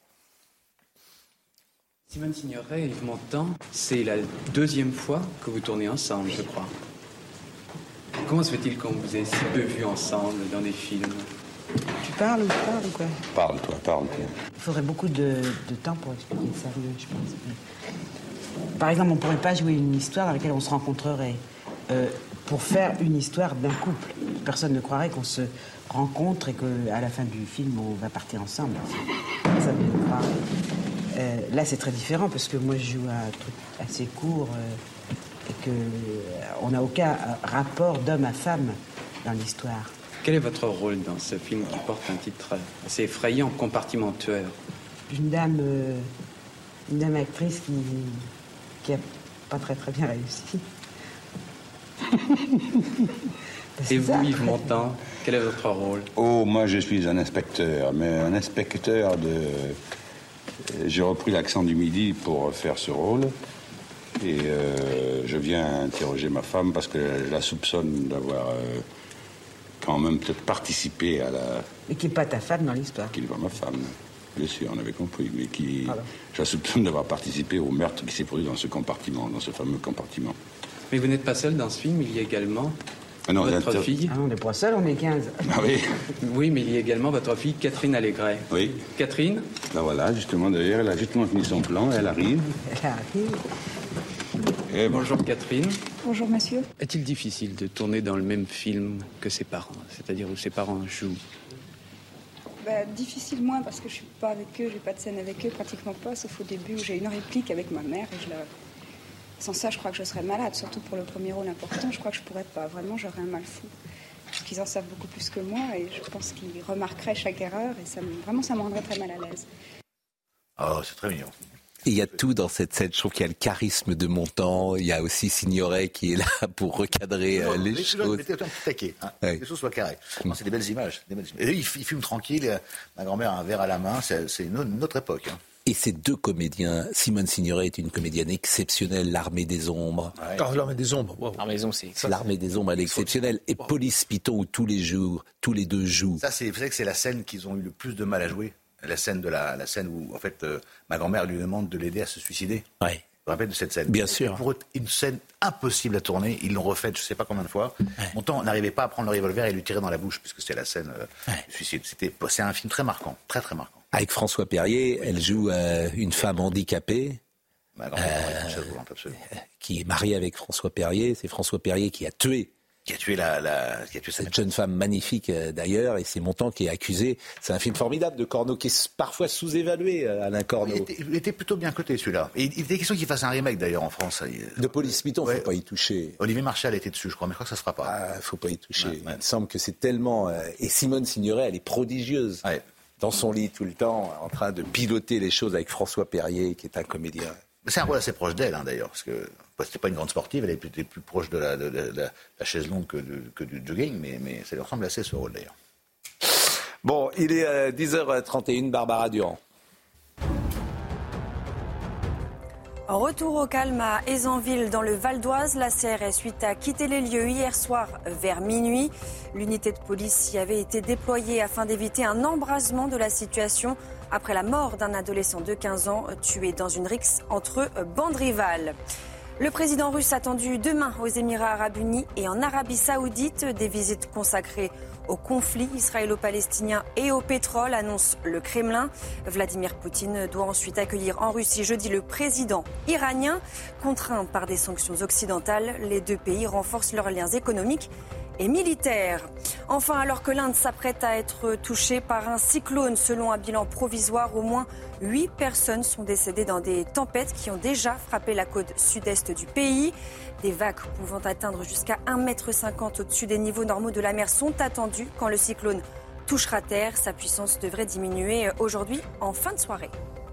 Simone Signoret et Yves Montand, c'est la deuxième fois que vous tournez ensemble, je crois. Comment se fait-il qu'on vous ait si peu vus ensemble dans des films? Tu parles ou tu parles ou quoi? Parle, toi, parle. Toi. Il faudrait beaucoup de, de temps pour expliquer ça, je pense. Par exemple, on ne pourrait pas jouer une histoire dans laquelle on se rencontrerait. Euh, pour faire une histoire d'un couple. Personne ne croirait qu'on se rencontre et qu'à la fin du film, on va partir ensemble. Personne ne croirait. Euh, là, c'est très différent parce que moi, je joue un truc assez court euh, et qu'on n'a aucun euh, rapport d'homme à femme dans l'histoire. Quel est votre rôle dans ce film qui porte un titre assez effrayant, Compartimenteur? Une dame, euh, une dame actrice qui qui a pas très très bien réussi. Et vous, Yves Montand, quel est votre rôle? Oh, moi, je suis un inspecteur, mais un inspecteur de... J'ai repris l'accent du Midi pour faire ce rôle. Et euh, je viens interroger ma femme parce que je la soupçonne d'avoir euh, quand même peut-être participé à la... Mais qui n'est pas ta femme dans l'histoire? Qui n'est pas ma femme, bien sûr, on avait compris. Mais qui... Pardon. Je la soupçonne d'avoir participé au meurtre qui s'est produit dans ce compartiment, dans ce fameux compartiment. Mais vous n'êtes pas seul dans ce film, il y a également... Ah non, votre inter... fille. Ah, on n'est pas seul, on est quinze. Ah oui. Oui, mais il y a également votre fille Catherine Allégret. Oui. Catherine. Ben voilà, justement, d'ailleurs, elle a justement fini son plan, elle arrive. Elle arrive. Eh, bonjour Catherine. Bonjour monsieur. Est-il difficile de tourner dans le même film que ses parents, c'est-à-dire où ses parents jouent? Bah, difficile moins parce que je suis pas avec eux, j'ai pas de scène avec eux, pratiquement pas, sauf au début où j'ai une réplique avec ma mère et je la... Sans ça, je crois que je serais malade, surtout pour le premier rôle important, je crois que je pourrais pas, vraiment j'aurais un mal fou. Parce qu'ils en savent beaucoup plus que moi et je pense qu'ils remarqueraient chaque erreur et ça me... vraiment ça me rendrait très mal à l'aise. Oh, c'est très mignon. Il y a tout dans cette scène. Je trouve qu'il y a le charisme de Montand. Il y a aussi Signoret qui est là pour recadrer non, les, les choses. Mettez un petit taquet, hein, oui. Que les choses soient carrées. Non, c'est des belles images. Des belles images. Et là, il, il fume tranquille. Ma grand-mère a un verre à la main. C'est, c'est une, une autre époque. Hein. Et ces deux comédiens, Simone Signoret est une comédienne exceptionnelle, l'Armée des Ombres. Ouais. Oh, l'Armée des Ombres, wow. L'Armée des Ombres, c'est ça. L'Armée des Ombres, elle est exceptionnelle. Et wow. Police Python, où tous les jours, tous les deux jouent. Ça, c'est, vous savez que c'est la scène qu'ils ont eu le plus de mal à jouer. La scène de la, la scène où, en fait, euh, ma grand-mère lui demande de l'aider à se suicider. Ouais. Je me rappelle de cette scène. Bien C'était sûr. Pour eux, une scène impossible à tourner. Ils l'ont refaite, je ne sais pas combien de fois. Ouais. Montand n'arrivait pas à prendre le revolver et lui tirer dans la bouche, puisque c'était la scène euh, ouais. du suicide. C'était, c'est un film très marquant, très très marquant. Avec François Perrier, oui. Elle joue euh, une femme handicapée. Ma grand-mère, euh, volante, absolument. Qui est mariée avec François Perrier. C'est François Perrier qui a tué. Qui a tué, la, la, qui a tué cette jeune femme magnifique euh, d'ailleurs, et c'est Montand qui est accusé. C'est un film formidable de Corneau qui est parfois sous-évalué, euh, Alain Corneau. Il était, il était plutôt bien coté celui-là. Et il était question qu'il fasse un remake d'ailleurs en France. De Police Python, il ouais. ne faut pas y toucher. Olivier Marchal était dessus, je crois, mais je crois que ça ne se fera pas. Il ah, ne faut pas y toucher. Ouais, ouais. Il me semble que c'est tellement... Euh, et Simone Signoret, elle est prodigieuse. Ouais. Dans son lit tout le temps, en train de piloter les choses avec François Perrier, qui est un comédien. C'est un rôle assez proche d'elle, hein, d'ailleurs, parce que c'était pas une grande sportive, elle était plus proche de la, de, de, de la chaise longue que, de, que du jogging, mais, mais ça lui ressemble assez ce rôle, d'ailleurs. Bon, il est euh, dix heures trente et une, Barbara Durand. Retour au calme à Aizenville dans le Val d'Oise. La C R S huit a quitté les lieux hier soir vers minuit. L'unité de police y avait été déployée afin d'éviter un embrasement de la situation après la mort d'un adolescent de quinze ans tué dans une rixe entre bandes rivales. Le président russe attendu demain aux Émirats arabes unis et en Arabie saoudite. Des visites consacrées au conflit israélo-palestinien et au pétrole, annonce le Kremlin. Vladimir Poutine doit ensuite accueillir en Russie jeudi le président iranien. Contraints par des sanctions occidentales, les deux pays renforcent leurs liens économiques et militaires. Enfin, alors que l'Inde s'apprête à être touchée par un cyclone, selon un bilan provisoire, au moins huit personnes sont décédées dans des tempêtes qui ont déjà frappé la côte sud-est du pays. Des vagues pouvant atteindre jusqu'à un mètre cinquante au-dessus des niveaux normaux de la mer sont attendues quand le cyclone touchera terre. Sa puissance devrait diminuer aujourd'hui en fin de soirée.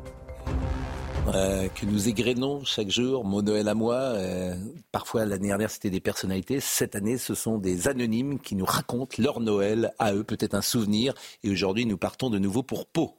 Euh, que nous égrénons chaque jour, mon Noël à moi. Euh, parfois, l'année dernière, c'était des personnalités. Cette année, ce sont des anonymes qui nous racontent leur Noël à eux, peut-être un souvenir. Et aujourd'hui, nous partons de nouveau pour Pau.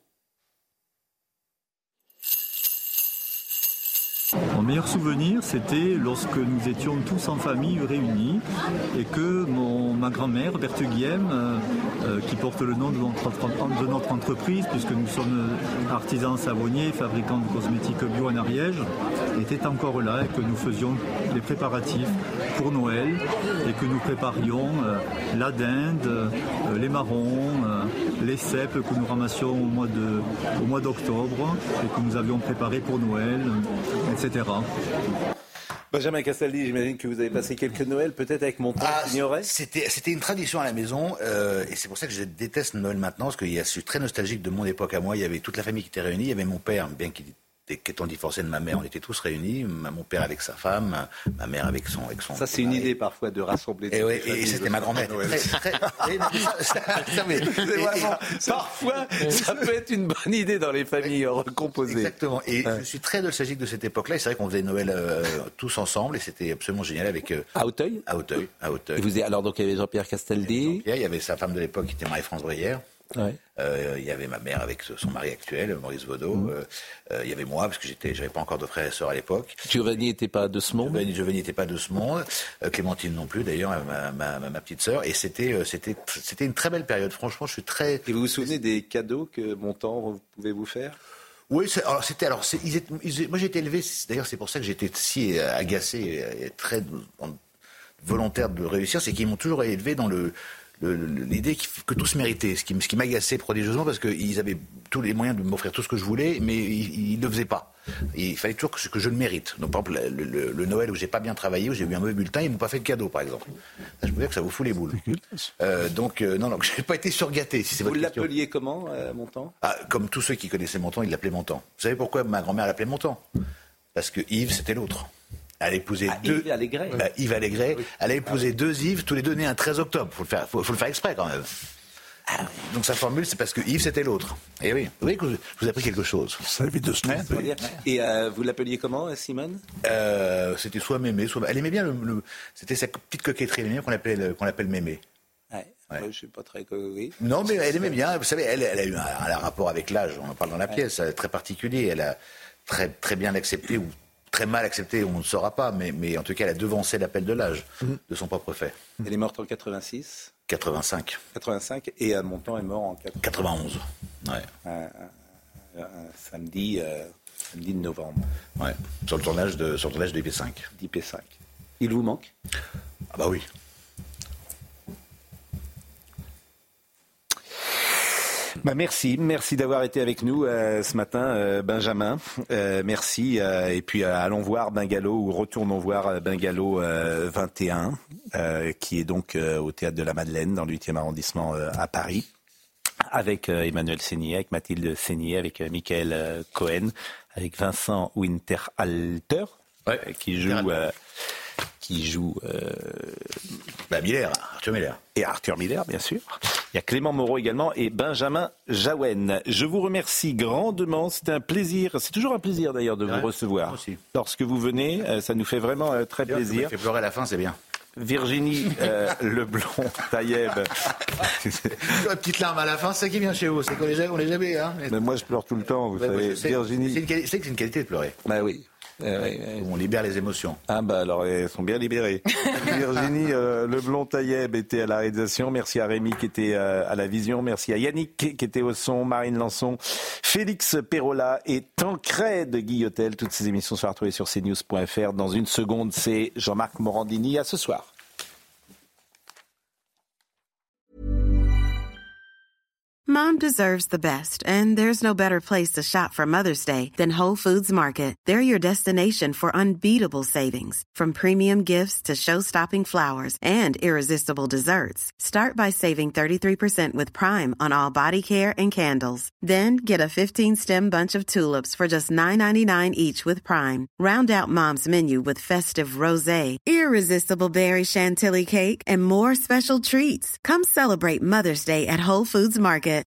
Mon meilleur souvenir, c'était lorsque nous étions tous en famille réunis et que mon, ma grand-mère, Berthe Guillem, euh, euh, qui porte le nom de notre, de notre entreprise, puisque nous sommes artisans savonniers, fabricants de cosmétiques bio en Ariège, était encore là et que nous faisions les préparatifs pour Noël et que nous préparions euh, la dinde, euh, les marrons, euh, les cèpes que nous ramassions au mois, de, au mois d'octobre et que nous avions préparé pour Noël, et cetera. Benjamin Castaldi, j'imagine que vous avez passé quelques Noëls, peut-être avec mon père ah, Signoret. C'était, c'était une tradition à la maison, euh, et c'est pour ça que je déteste Noël maintenant, parce que je suis très nostalgique de mon époque à moi. Il y avait toute la famille qui était réunie, il y avait mon père, bien qu'il étant divorcé de ma mère, on était tous réunis, mon père avec sa femme, ma mère avec son... Avec son ça, c'est une idée parfois de rassembler... Et, ouais, et c'était ma grand-mère. Très, très, et, ça, ça, mais, et, vraiment, et, parfois, ça peut être une bonne idée dans les familles recomposées. Exactement. Et ouais. Je suis très nostalgique de cette époque-là. Et c'est vrai qu'on faisait Noël euh, tous ensemble, et c'était absolument génial avec... Euh, à Auteuil À Auteuil. À Auteuil. Et vous, alors, donc, il y avait Jean-Pierre Castaldi. Jean-Pierre, il y avait sa femme de l'époque qui était Marie-France Brière. Ouais. Euh, il y avait ma mère avec son mari actuel, Maurice Vaudot. Mmh. Euh, euh, il y avait moi, parce que j'étais, j'avais pas encore de frères et sœurs à l'époque. Giovanni n'était pas de ce monde. Giovanni, Giovanni n'était pas de ce monde. Euh, Clémentine non plus, d'ailleurs, ma, ma, ma, ma petite sœur. Et c'était, euh, c'était, c'était une très belle période. Franchement, je suis très. Et vous vous souvenez des cadeaux que Montand pouvait vous faire? Oui, c'est, alors c'était alors c'est, ils étaient, ils, moi j'ai été élevé. D'ailleurs, c'est pour ça que j'étais si agacé et très volontaire de réussir, c'est qu'ils m'ont toujours élevé dans le le, le, l'idée que tout se méritait, ce qui, ce qui m'agaçait prodigieusement parce qu'ils avaient tous les moyens de m'offrir tout ce que je voulais, mais ils ne le faisaient pas. Et il fallait toujours que, que je le mérite. Donc par exemple, le, le, le Noël où j'ai pas bien travaillé, où j'ai eu un mauvais bulletin, ils m'ont pas fait de cadeau, par exemple. Ça, je peux dire que ça vous fout les boules. Euh, donc euh, non, non, j'ai pas été surgâté. Si c'est vous votre l'appeliez question. comment, euh, Montand? Ah, comme tous ceux qui connaissaient Montand, ils l'appelaient Montand. Vous savez pourquoi ma grand-mère l'appelait Montand? Parce que Yves, c'était l'autre. Elle a épousé ah, deux. Yves Allégret. Bah, Yves Allégret. Oui. Elle a épousé ah, oui. deux Yves, tous les deux nés un treize octobre. Faut le faire, faut, faut le faire exprès quand même. Ah, donc sa formule, c'est parce que Yves c'était l'autre. Et oui, vous voyez que je vous ai appris quelque chose. Ça évite de se tromper. Ouais, et euh, vous l'appeliez comment, Simone? euh, C'était soit Mémé, soit. Elle aimait bien le. le... C'était sa petite coquetterie, elle aimait bien qu'on l'appelle qu'on l'appelle Mémé. Ouais. Ouais. Ouais, je suis pas très. Oui. Non, mais elle aimait bien. Vous savez, elle, elle a eu un, un rapport avec l'âge. On en parle dans la pièce, ouais. Très particulier. Elle a très très bien accepté ou très mal accepté, on ne saura pas, mais, mais en tout cas, elle a devancé l'appel de l'âge mmh. de son propre fait. Elle est morte en quatre-vingt-six quatre-vingt-cinq quatre-vingt-cinq et euh, Montand est mort en quatre-vingt-onze. Ouais. Un, un, un, un samedi, euh, samedi de novembre. Ouais. Sur le tournage de, sur le tournage d'I P cinq. d'I P cinq. Il vous manque? Ah bah oui. Bah merci, merci d'avoir été avec nous euh, ce matin, euh, Benjamin. Euh, merci. Euh, et puis euh, allons voir Bungalow ou retournons voir Bungalow euh, vingt et un, euh, qui est donc euh, au Théâtre de la Madeleine, dans le huitième arrondissement euh, à Paris, avec euh, Emmanuel Seignier, avec Mathilde Seignier, avec euh, Michael euh, Cohen, avec Vincent Winterhalter, ouais, euh, qui joue... Euh, qui joue euh... bah, Miller, Arthur Miller. Et Arthur Miller, bien sûr. Il y a Clément Moreau également et Benjamin Jaouen. Je vous remercie grandement. C'était un plaisir. C'est toujours un plaisir d'ailleurs de ouais, vous recevoir. Aussi. Lorsque vous venez, ça nous fait vraiment très d'ailleurs, plaisir. Ça fait pleurer à la fin, c'est bien. Virginie euh, Leblond-Taïeb. Une petite larme à la fin, c'est qui vient chez vous. C'est qu'on les, on les jamais. Hein. Mais moi, je pleure tout le temps, vous ouais, savez. C'est, Virginie. C'est, une, c'est que c'est une qualité de pleurer. Bah oui. Euh, oui, oui. On libère les émotions. Ah bah alors elles sont bien libérées. Virginie euh, Leblond-Taïeb était à la réalisation. Merci à Rémi qui était euh, à la vision. Merci à Yannick qui était au son, Marine Lançon, Félix Perrola et Tancrède Guillotel. Toutes ces émissions sont retrouvées sur c news point f r. Dans une seconde, c'est Jean-Marc Morandini. À ce soir. Mom deserves the best, and there's no better place to shop for Mother's Day than Whole Foods Market. They're your destination for unbeatable savings, from premium gifts to show-stopping flowers and irresistible desserts. Start by saving thirty-three percent with Prime on all body care and candles. Then get a fifteen-stem bunch of tulips for just nine ninety-nine each with Prime. Round out Mom's menu with festive rosé, irresistible berry chantilly cake, and more special treats. Come celebrate Mother's Day at Whole Foods Market.